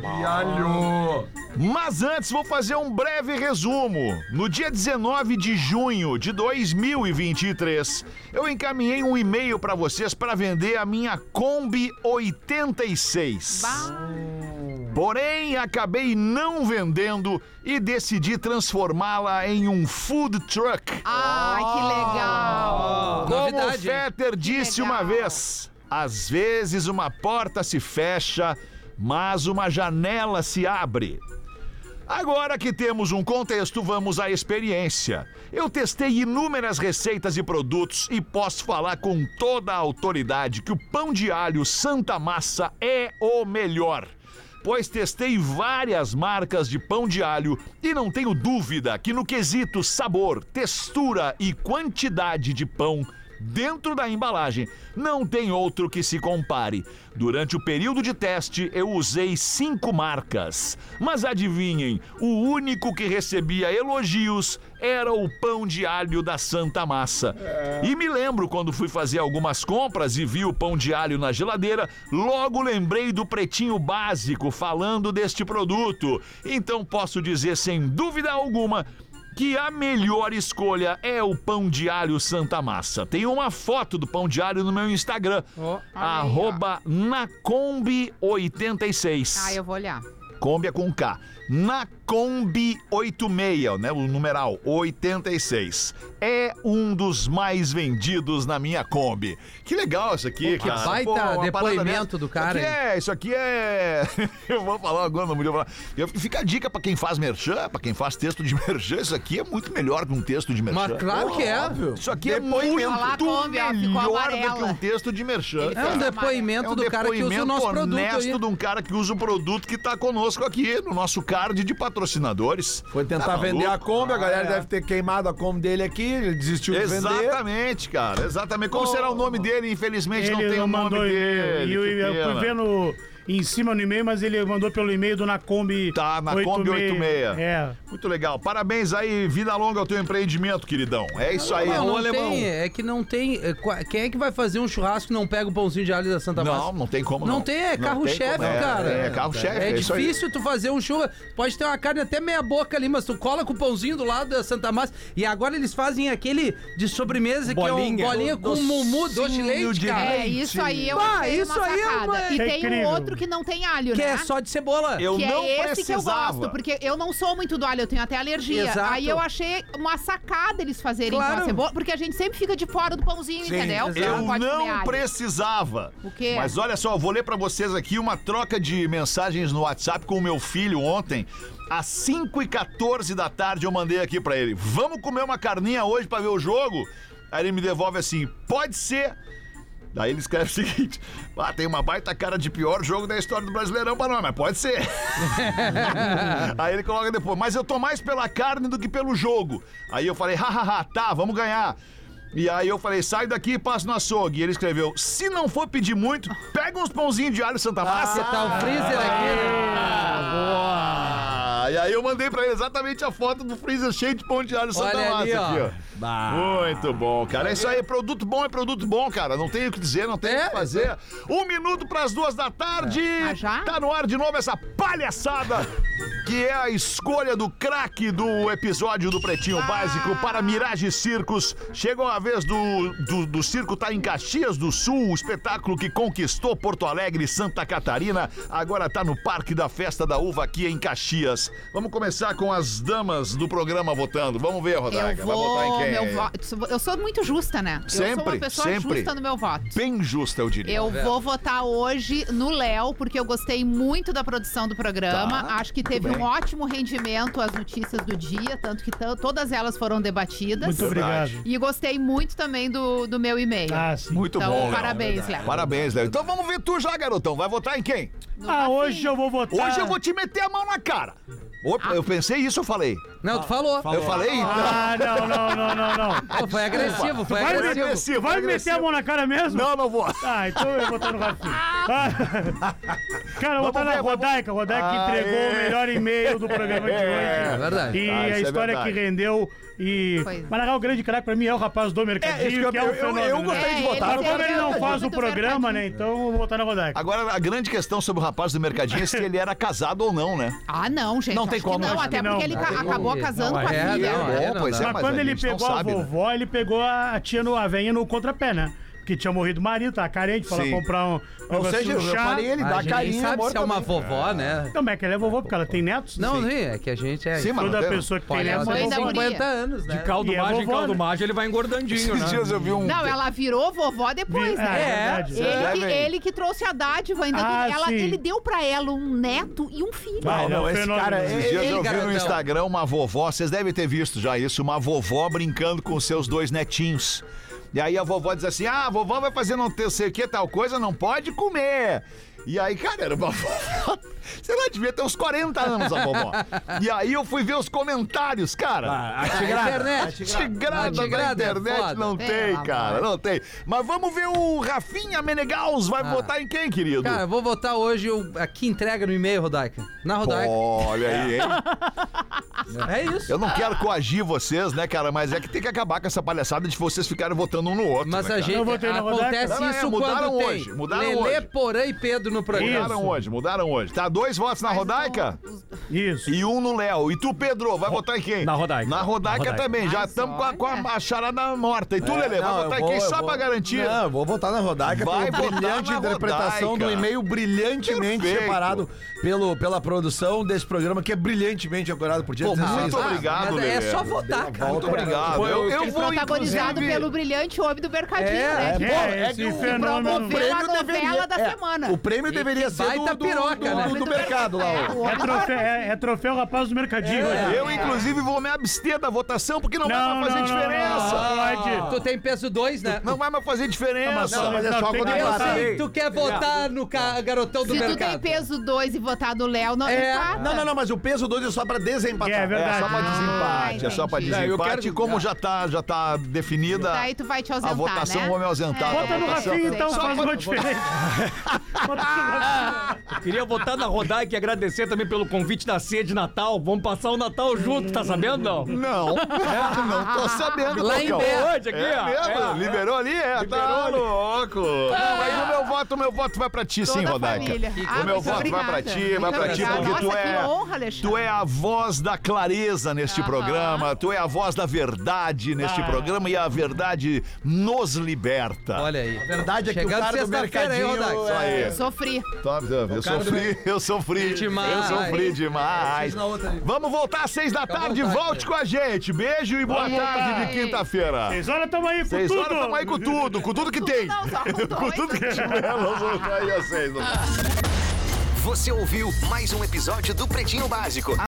Speaker 3: Mas antes vou fazer um breve resumo. No dia dezenove de junho de dois mil e vinte e três, eu encaminhei um e-mail para vocês para vender a minha Kombi oitenta e seis. Porém, acabei não vendendo e decidi transformá-la em um food truck.
Speaker 4: Ai, que legal.
Speaker 3: Como
Speaker 5: novidade,
Speaker 3: o Fetter disse
Speaker 4: legal.
Speaker 3: uma vez, às vezes uma porta se fecha, mas uma janela se abre. Agora que temos um contexto, vamos à experiência. Eu testei inúmeras receitas e produtos e posso falar com toda a autoridade que o pão de alho Santa Massa é o melhor. Pois testei várias marcas de pão de alho e não tenho dúvida que no quesito sabor, textura e quantidade de pão dentro da embalagem, não tem outro que se compare. Durante o período de teste, eu usei cinco marcas. Mas adivinhem, o único que recebia elogios era o pão de alho da Santa Massa. E me lembro quando fui fazer algumas compras e vi o pão de alho na geladeira, logo lembrei do Pretinho Básico falando deste produto. Então posso dizer sem dúvida alguma que a melhor escolha é o pão de alho Santa Massa. Tem uma foto do pão de alho no meu Instagram,
Speaker 5: Ó.
Speaker 3: arroba Nacombi oitenta e seis.
Speaker 4: Ah, eu vou olhar.
Speaker 3: Kombi é com K. Na Kombi oitenta e seis, né? O numeral oitenta e seis. É um dos mais vendidos na minha Kombi. Que legal isso aqui,
Speaker 5: que
Speaker 3: cara.
Speaker 5: baita
Speaker 3: Pô, uma
Speaker 5: depoimento do cara,
Speaker 3: Isso aqui é, isso aqui é... Eu vou falar agora, não vou falar. Fica a dica pra quem faz merchan, pra quem faz texto de merchan. Isso aqui é muito melhor que um texto de merchan.
Speaker 5: Mas claro que é.
Speaker 3: Isso aqui é
Speaker 4: Olha lá,
Speaker 3: muito
Speaker 4: Kombi, ó, ficou
Speaker 3: melhor do
Speaker 4: amarela.
Speaker 3: que um texto de merchan.
Speaker 5: É um depoimento
Speaker 3: É um
Speaker 5: do cara que usa o nosso produto
Speaker 3: honesto
Speaker 5: aí.
Speaker 3: de um cara que usa o produto que tá conosco aqui no nosso card de patrocinadores.
Speaker 6: Foi tentar
Speaker 3: Tá
Speaker 6: vender a
Speaker 3: maluco?
Speaker 6: Kombi, a galera
Speaker 3: Ah, é.
Speaker 6: deve ter queimado a Kombi dele aqui, ele desistiu de vender.
Speaker 3: Exatamente, cara. Exatamente. Como será o nome dele? Infelizmente não
Speaker 7: Ele
Speaker 3: tem
Speaker 7: não
Speaker 3: o nome
Speaker 7: mandou e-mail.
Speaker 3: dele.
Speaker 7: E eu,
Speaker 3: Que
Speaker 7: eu fui
Speaker 3: pena.
Speaker 7: ver no, em cima no e-mail, mas ele mandou pelo e-mail do Nacombi.
Speaker 3: Tá, na Kombi oitenta e seis.
Speaker 7: É.
Speaker 3: Muito legal. Parabéns aí, vida longa ao teu empreendimento, queridão. É isso aí.
Speaker 5: Não,
Speaker 3: Ô,
Speaker 5: não
Speaker 3: alemão.
Speaker 5: tem, é que não tem. é, qua- Quem é que vai fazer um churrasco e não pega o pãozinho de alho da Santa Massa?
Speaker 3: Não, não tem como não.
Speaker 5: Não tem, é
Speaker 3: Não
Speaker 5: carro-chefe,
Speaker 3: tem como. É,
Speaker 5: cara.
Speaker 3: é carro-chefe,
Speaker 5: É,
Speaker 3: é isso aí.
Speaker 5: difícil tu fazer um churrasco. Pode ter uma carne até meia boca ali, mas tu cola com o pãozinho do lado da Santa Massa. E agora eles fazem aquele de sobremesa
Speaker 8: Bolinha.
Speaker 5: que é um bolinha com mumu, doce de leite,
Speaker 3: de
Speaker 5: cara.
Speaker 4: É, isso aí eu
Speaker 5: Bah,
Speaker 4: achei
Speaker 5: isso
Speaker 4: uma
Speaker 5: aí é
Speaker 4: sacada.
Speaker 5: uma-
Speaker 4: E
Speaker 7: É
Speaker 4: tem um
Speaker 7: incrível.
Speaker 4: outro que não tem alho,
Speaker 5: Que
Speaker 4: né?
Speaker 5: é só de cebola.
Speaker 3: Eu
Speaker 4: que
Speaker 3: não
Speaker 4: é esse
Speaker 3: precisava.
Speaker 4: que eu gosto, porque eu não sou muito do alho, eu tenho até alergia.
Speaker 5: Exato.
Speaker 4: Aí eu achei uma sacada eles fazerem
Speaker 5: Claro.
Speaker 4: com a cebola, porque a gente sempre fica de fora do pãozinho, entendeu? Você
Speaker 3: Eu
Speaker 4: pode comer
Speaker 3: não
Speaker 4: alho.
Speaker 3: precisava.
Speaker 4: O quê?
Speaker 3: Mas olha só, eu vou ler pra vocês aqui uma troca de mensagens no WhatsApp com o meu filho ontem. Às cinco e quatorze da tarde eu mandei aqui pra ele. Vamos comer uma carninha hoje pra ver o jogo? Aí ele me devolve assim, pode ser. Daí ele escreve o seguinte: ah, tem uma baita cara de pior jogo da história do Brasileirão pra nós, mas pode ser. Aí ele coloca depois, mas eu tô mais pela carne do que pelo jogo. Aí eu falei, hahaha, tá, vamos ganhar. E aí eu falei, sai daqui e passa no açougue. E ele escreveu, se não for pedir muito, pega uns pãozinhos de alho Santa Massa.
Speaker 5: Tá o freezer aqui, né?
Speaker 3: Ah, e aí eu mandei pra ele exatamente a foto do freezer cheio de pão de alho Santa
Speaker 5: Olha
Speaker 3: Massa
Speaker 5: ali, ó.
Speaker 3: aqui, ó. Muito bom, cara. É isso aí, produto bom é produto bom, cara. Não tem o que dizer, não tem o
Speaker 5: É,
Speaker 3: que fazer. Um minuto pras duas da tarde.
Speaker 4: Ah, já?
Speaker 3: Tá no ar de novo essa palhaçada que é a escolha do craque do episódio do Pretinho Básico para Mirage Circos. Chegou a vez do, do, do circo tá em Caxias do Sul, o espetáculo que conquistou Porto Alegre e Santa Catarina. Agora tá no Parque da Festa da Uva aqui em Caxias. Vamos começar com as damas do programa votando. Vamos ver, Rodaica.
Speaker 4: Eu
Speaker 3: Vai votar em
Speaker 4: vou.
Speaker 3: quem?
Speaker 4: Meu voto. Eu sou muito justa, né? eu sou
Speaker 3: Sempre,
Speaker 4: uma pessoa
Speaker 3: sempre.
Speaker 4: justa no meu voto.
Speaker 3: Bem justa, eu diria.
Speaker 4: Eu vou votar hoje no Léo, porque eu gostei muito da produção do programa.
Speaker 3: Tá,
Speaker 4: Acho que teve
Speaker 3: bem.
Speaker 4: um ótimo rendimento as notícias do dia, tanto que t- todas elas foram debatidas.
Speaker 7: Muito obrigado.
Speaker 4: E gostei muito também do, do meu e-mail.
Speaker 7: Ah, sim.
Speaker 3: Muito
Speaker 4: então,
Speaker 3: bom, Léo.
Speaker 4: parabéns, Léo.
Speaker 3: Parabéns, Léo. Então vamos ver tu já, garotão. Vai votar em quem?
Speaker 4: No
Speaker 7: Ah,
Speaker 4: Rafinha.
Speaker 7: hoje eu vou votar.
Speaker 3: Hoje eu vou te meter a mão na cara. Opa, eu pensei isso, eu falei.
Speaker 5: Não, tu falou.
Speaker 3: Eu falei?
Speaker 7: Ah, não, não, não, não, não.
Speaker 5: Pô, foi agressivo, foi
Speaker 7: Vai,
Speaker 5: agressivo.
Speaker 7: me, tu vai me meter a mão na cara mesmo?
Speaker 3: Não, não vou.
Speaker 7: Ah, então eu vou votar no Rafinha. Ah, cara, eu vou votar na
Speaker 3: ver, vamos-
Speaker 7: Rodaica. Rodaica que
Speaker 3: Ah,
Speaker 7: entregou
Speaker 3: é.
Speaker 7: o melhor e-mail do programa de hoje.
Speaker 3: É
Speaker 5: verdade.
Speaker 7: E
Speaker 3: Ah, isso
Speaker 7: a
Speaker 3: é
Speaker 7: história
Speaker 3: verdade.
Speaker 7: que rendeu. E...
Speaker 4: Pois é.
Speaker 7: Mas na real, o grande craque pra mim é o rapaz do Mercadinho,
Speaker 6: É, isso que eu-
Speaker 7: que é um
Speaker 6: eu- eu-
Speaker 7: fenômeno.
Speaker 6: eu
Speaker 7: né?
Speaker 6: gostei de
Speaker 4: É,
Speaker 6: votar.
Speaker 7: Mas como ele não
Speaker 4: serviu
Speaker 7: faz o
Speaker 4: muito
Speaker 7: programa,
Speaker 4: mercadinho.
Speaker 7: né? Então eu vou votar na Rodaica.
Speaker 3: Agora, a grande questão sobre o rapaz do Mercadinho é se ele era casado ou não, né?
Speaker 4: Ah, não, gente.
Speaker 6: Não
Speaker 4: acho
Speaker 6: tem
Speaker 4: que
Speaker 6: como,
Speaker 4: Não,
Speaker 7: acho
Speaker 4: até
Speaker 7: que
Speaker 4: porque
Speaker 7: não.
Speaker 4: ele
Speaker 5: Não
Speaker 4: ca-
Speaker 5: tem
Speaker 4: acabou
Speaker 5: como.
Speaker 4: casando
Speaker 5: Não,
Speaker 4: com a
Speaker 5: é,
Speaker 4: filha.
Speaker 5: não, é,
Speaker 3: Bom, pois
Speaker 5: dá.
Speaker 3: é,
Speaker 7: Mas
Speaker 3: mas
Speaker 7: quando
Speaker 3: a
Speaker 7: ele
Speaker 3: gente não
Speaker 7: pegou a
Speaker 3: sabe, né?
Speaker 7: vovó, ele pegou a tia, no, a velha no contrapé, né? Porque tinha morrido o marido, tava carente, foi lá
Speaker 3: Sim.
Speaker 7: comprar um
Speaker 6: Ou
Speaker 7: negocinho
Speaker 6: seja,
Speaker 7: de
Speaker 6: eu
Speaker 7: chá.
Speaker 6: falei, ele
Speaker 5: A
Speaker 6: dá
Speaker 5: gente
Speaker 6: carinho.
Speaker 5: nem sabe
Speaker 6: amor
Speaker 5: se é uma
Speaker 6: também.
Speaker 5: vovó, né?
Speaker 7: Não, mas é que ela é vovó, porque ela tem netos.
Speaker 5: Não,
Speaker 7: Sim.
Speaker 5: sim, é que a gente é.
Speaker 3: Sim, mas
Speaker 7: Toda
Speaker 3: não tem-
Speaker 7: pessoa que tem
Speaker 5: Pode
Speaker 7: netos
Speaker 5: ela
Speaker 7: é
Speaker 4: mãe
Speaker 5: tem
Speaker 4: da
Speaker 7: vovó.
Speaker 4: guria.
Speaker 5: cinquenta anos, né?
Speaker 8: De caldo
Speaker 7: E é
Speaker 8: mágico em
Speaker 7: vovó,
Speaker 8: caldo
Speaker 7: né?
Speaker 8: mágico, ele vai engordandinho,
Speaker 3: Esses
Speaker 8: né?
Speaker 3: dias eu vi um...
Speaker 4: Não, ela virou vovó depois,
Speaker 7: Ah,
Speaker 4: né?
Speaker 7: é verdade.
Speaker 4: Ele que,
Speaker 3: Devem-
Speaker 4: ele que trouxe a dádiva ainda.
Speaker 7: Ah,
Speaker 4: ela,
Speaker 7: sim.
Speaker 4: ele deu pra ela um neto e um filho.
Speaker 7: Vai,
Speaker 6: Não,
Speaker 7: não,
Speaker 6: esse
Speaker 7: fenômeno.
Speaker 6: cara é-
Speaker 3: Esses dias
Speaker 5: Ei,
Speaker 3: eu vi no
Speaker 5: garotão.
Speaker 3: Instagram uma vovó, vocês devem ter visto já isso, uma vovó brincando com seus dois netinhos. E aí a vovó diz assim, ah, a vovó vai fazer não ter sei o que, tal coisa, não pode comer. E aí, cara, era uma vovó, sei lá, devia ter uns quarenta anos a vovó. E aí eu fui ver os comentários, cara.
Speaker 6: Ah, a
Speaker 5: A
Speaker 6: tigrada.
Speaker 5: internet.
Speaker 3: Tigrada
Speaker 5: A
Speaker 3: da
Speaker 5: tigrada é
Speaker 3: internet
Speaker 5: foda.
Speaker 3: não
Speaker 4: É,
Speaker 3: tem,
Speaker 4: lá
Speaker 3: cara,
Speaker 4: vai.
Speaker 3: não tem. Mas vamos ver o Rafinha Menegaus, vai votar em quem, querido?
Speaker 5: Cara, eu vou votar hoje o- aqui entrega no e-mail, Rodaica. Na Rodaica.
Speaker 3: Olha aí, hein?
Speaker 5: É isso.
Speaker 3: Eu não quero coagir vocês, né, cara, mas é que tem que acabar com essa palhaçada de vocês ficarem votando um no outro.
Speaker 5: Mas
Speaker 3: né,
Speaker 5: a
Speaker 3: cara?
Speaker 5: gente
Speaker 7: Eu votei na
Speaker 5: acontece
Speaker 3: Rodaica. Não, é,
Speaker 5: isso
Speaker 3: mudaram
Speaker 5: quando
Speaker 3: hoje,
Speaker 5: tem
Speaker 3: mudaram
Speaker 5: Lelê,
Speaker 3: hoje.
Speaker 5: Porã e Pedro no programa.
Speaker 3: Mudaram
Speaker 7: Isso.
Speaker 3: hoje, mudaram hoje. Tá, dois votos na
Speaker 4: Mas
Speaker 3: Rodaica?
Speaker 4: os-
Speaker 7: Isso.
Speaker 3: E um no Léo. E tu, Pedro, vai votar em quem?
Speaker 8: Na Rodaica.
Speaker 3: Na Rodaica
Speaker 8: Na Rodaica.
Speaker 3: também. Já
Speaker 4: Mas
Speaker 3: estamos com, a- com
Speaker 4: olha.
Speaker 3: a, a charada morta. E tu, Lelê, vai
Speaker 6: Não, eu
Speaker 3: votar em
Speaker 6: vou-
Speaker 3: quem
Speaker 6: eu
Speaker 3: só
Speaker 6: vou-
Speaker 3: pra garantir?
Speaker 6: Não, eu vou votar na Rodaica
Speaker 3: Vai
Speaker 6: pela
Speaker 3: votar
Speaker 6: brilhante
Speaker 3: na
Speaker 6: interpretação
Speaker 3: Rodaica.
Speaker 6: do e-mail brilhantemente
Speaker 3: Perfeito.
Speaker 6: separado pelo, pela produção desse programa, que é brilhantemente decorado por dia
Speaker 3: Pô,
Speaker 6: dezesseis.
Speaker 3: muito
Speaker 6: Ah,
Speaker 3: obrigado,
Speaker 5: Mas
Speaker 3: Lelê.
Speaker 5: é só votar, cara.
Speaker 3: Muito obrigado.
Speaker 8: Foi
Speaker 3: Eu,
Speaker 8: o-
Speaker 3: eu vou,
Speaker 4: Protagonizado
Speaker 3: inclusive...
Speaker 4: pelo brilhante homem do Mercadinho,
Speaker 5: É,
Speaker 4: né?
Speaker 7: É,
Speaker 6: é
Speaker 7: esse
Speaker 6: que o
Speaker 7: fenômeno.
Speaker 4: promoveu a novela da
Speaker 6: é,
Speaker 4: semana.
Speaker 6: O prêmio deveria ser
Speaker 5: baita
Speaker 6: do, do,
Speaker 5: piroca,
Speaker 6: do,
Speaker 5: né?
Speaker 6: do, do mercado lá. ó.
Speaker 4: O
Speaker 7: É
Speaker 4: homem do
Speaker 7: troféu, é, é troféu rapaz do mercadinho. hoje.
Speaker 3: Eu, inclusive, vou me abster da votação porque não, vai
Speaker 7: Não,
Speaker 3: mais fazer
Speaker 7: não, não,
Speaker 3: diferença.
Speaker 7: não, não, pode.
Speaker 5: Tu tem peso dois, né?
Speaker 3: Não vai mais fazer diferença.
Speaker 6: Não, mas é
Speaker 7: Não,
Speaker 6: só
Speaker 7: tem
Speaker 6: quando
Speaker 7: que
Speaker 5: Eu
Speaker 7: votar.
Speaker 5: sei, tu quer votar no ca- garotão do
Speaker 4: Se tu tem
Speaker 5: mercado.
Speaker 4: peso dois e votar no Léo, não
Speaker 5: É.
Speaker 4: empata.
Speaker 6: Não, não, não, mas o peso dois é só pra desempatar.
Speaker 7: É
Speaker 3: É
Speaker 7: verdade.
Speaker 3: só pra
Speaker 4: Ah,
Speaker 3: desempate, é só pra
Speaker 4: entendi.
Speaker 8: É, eu
Speaker 3: desempate.
Speaker 8: quero-
Speaker 3: Como já tá, já tá definida
Speaker 4: Daí tu vai te
Speaker 3: a
Speaker 4: ausentar,
Speaker 3: votação,
Speaker 4: né?
Speaker 3: vou me ausentar.
Speaker 7: Bota
Speaker 3: da
Speaker 7: no
Speaker 3: votação.
Speaker 7: Rafinha então,
Speaker 4: Só
Speaker 7: faz
Speaker 4: pra-
Speaker 7: uma diferente. Bota no Rafinha.
Speaker 8: Eu queria votar na Rodaica e agradecer também pelo convite da ceia de Natal. Vamos passar o Natal junto, tá sabendo, não?
Speaker 3: Não, não tô sabendo.
Speaker 5: Lá em
Speaker 3: Cocão.
Speaker 5: Bé.
Speaker 8: Hoje aqui,
Speaker 3: É
Speaker 8: ó.
Speaker 3: mesmo?
Speaker 8: É,
Speaker 3: Liberou ali? É, tá louco. Mas o meu voto, o meu voto vai pra ti, sim,
Speaker 4: Toda a
Speaker 3: Rodaica.
Speaker 4: família.
Speaker 3: O meu
Speaker 4: muito
Speaker 3: voto vai pra
Speaker 4: obrigada.
Speaker 3: ti, vai
Speaker 4: Muito
Speaker 3: pra ti,
Speaker 4: obrigada.
Speaker 3: porque tu
Speaker 4: Nossa,
Speaker 3: é.
Speaker 4: que honra, Alexandre.
Speaker 3: Tu é a voz da clareza neste
Speaker 4: Aham.
Speaker 3: programa, tu é a voz da verdade neste
Speaker 7: Ah.
Speaker 3: programa e a verdade nos liberta.
Speaker 5: Olha aí.
Speaker 6: A verdade é que
Speaker 5: Chegando
Speaker 6: o cara do
Speaker 5: sexta-feira, hein,
Speaker 6: mercadinho...
Speaker 5: Rodaica?
Speaker 3: Isso aí.
Speaker 4: Eu sofri.
Speaker 3: Top, top. Eu
Speaker 6: cara do
Speaker 3: sofri, eu sofri.
Speaker 5: Demais.
Speaker 3: Eu sofri demais.
Speaker 6: Seis na outra ali.
Speaker 3: Vamos voltar às seis da
Speaker 5: Fica à
Speaker 3: tarde,
Speaker 5: vontade,
Speaker 3: volte com a gente. Beijo e boa
Speaker 7: Vamos
Speaker 3: tarde
Speaker 7: voltar.
Speaker 3: de quinta-feira.
Speaker 7: Seis horas tamo aí com
Speaker 3: Seis
Speaker 7: tudo.
Speaker 3: horas, tamo aí com tudo, com tudo que tem.
Speaker 4: Não, só com
Speaker 3: Com
Speaker 4: dois.
Speaker 3: tudo que tiver, nós vamos voltar aí às seis.
Speaker 1: Você ouviu mais um episódio do Pretinho Básico.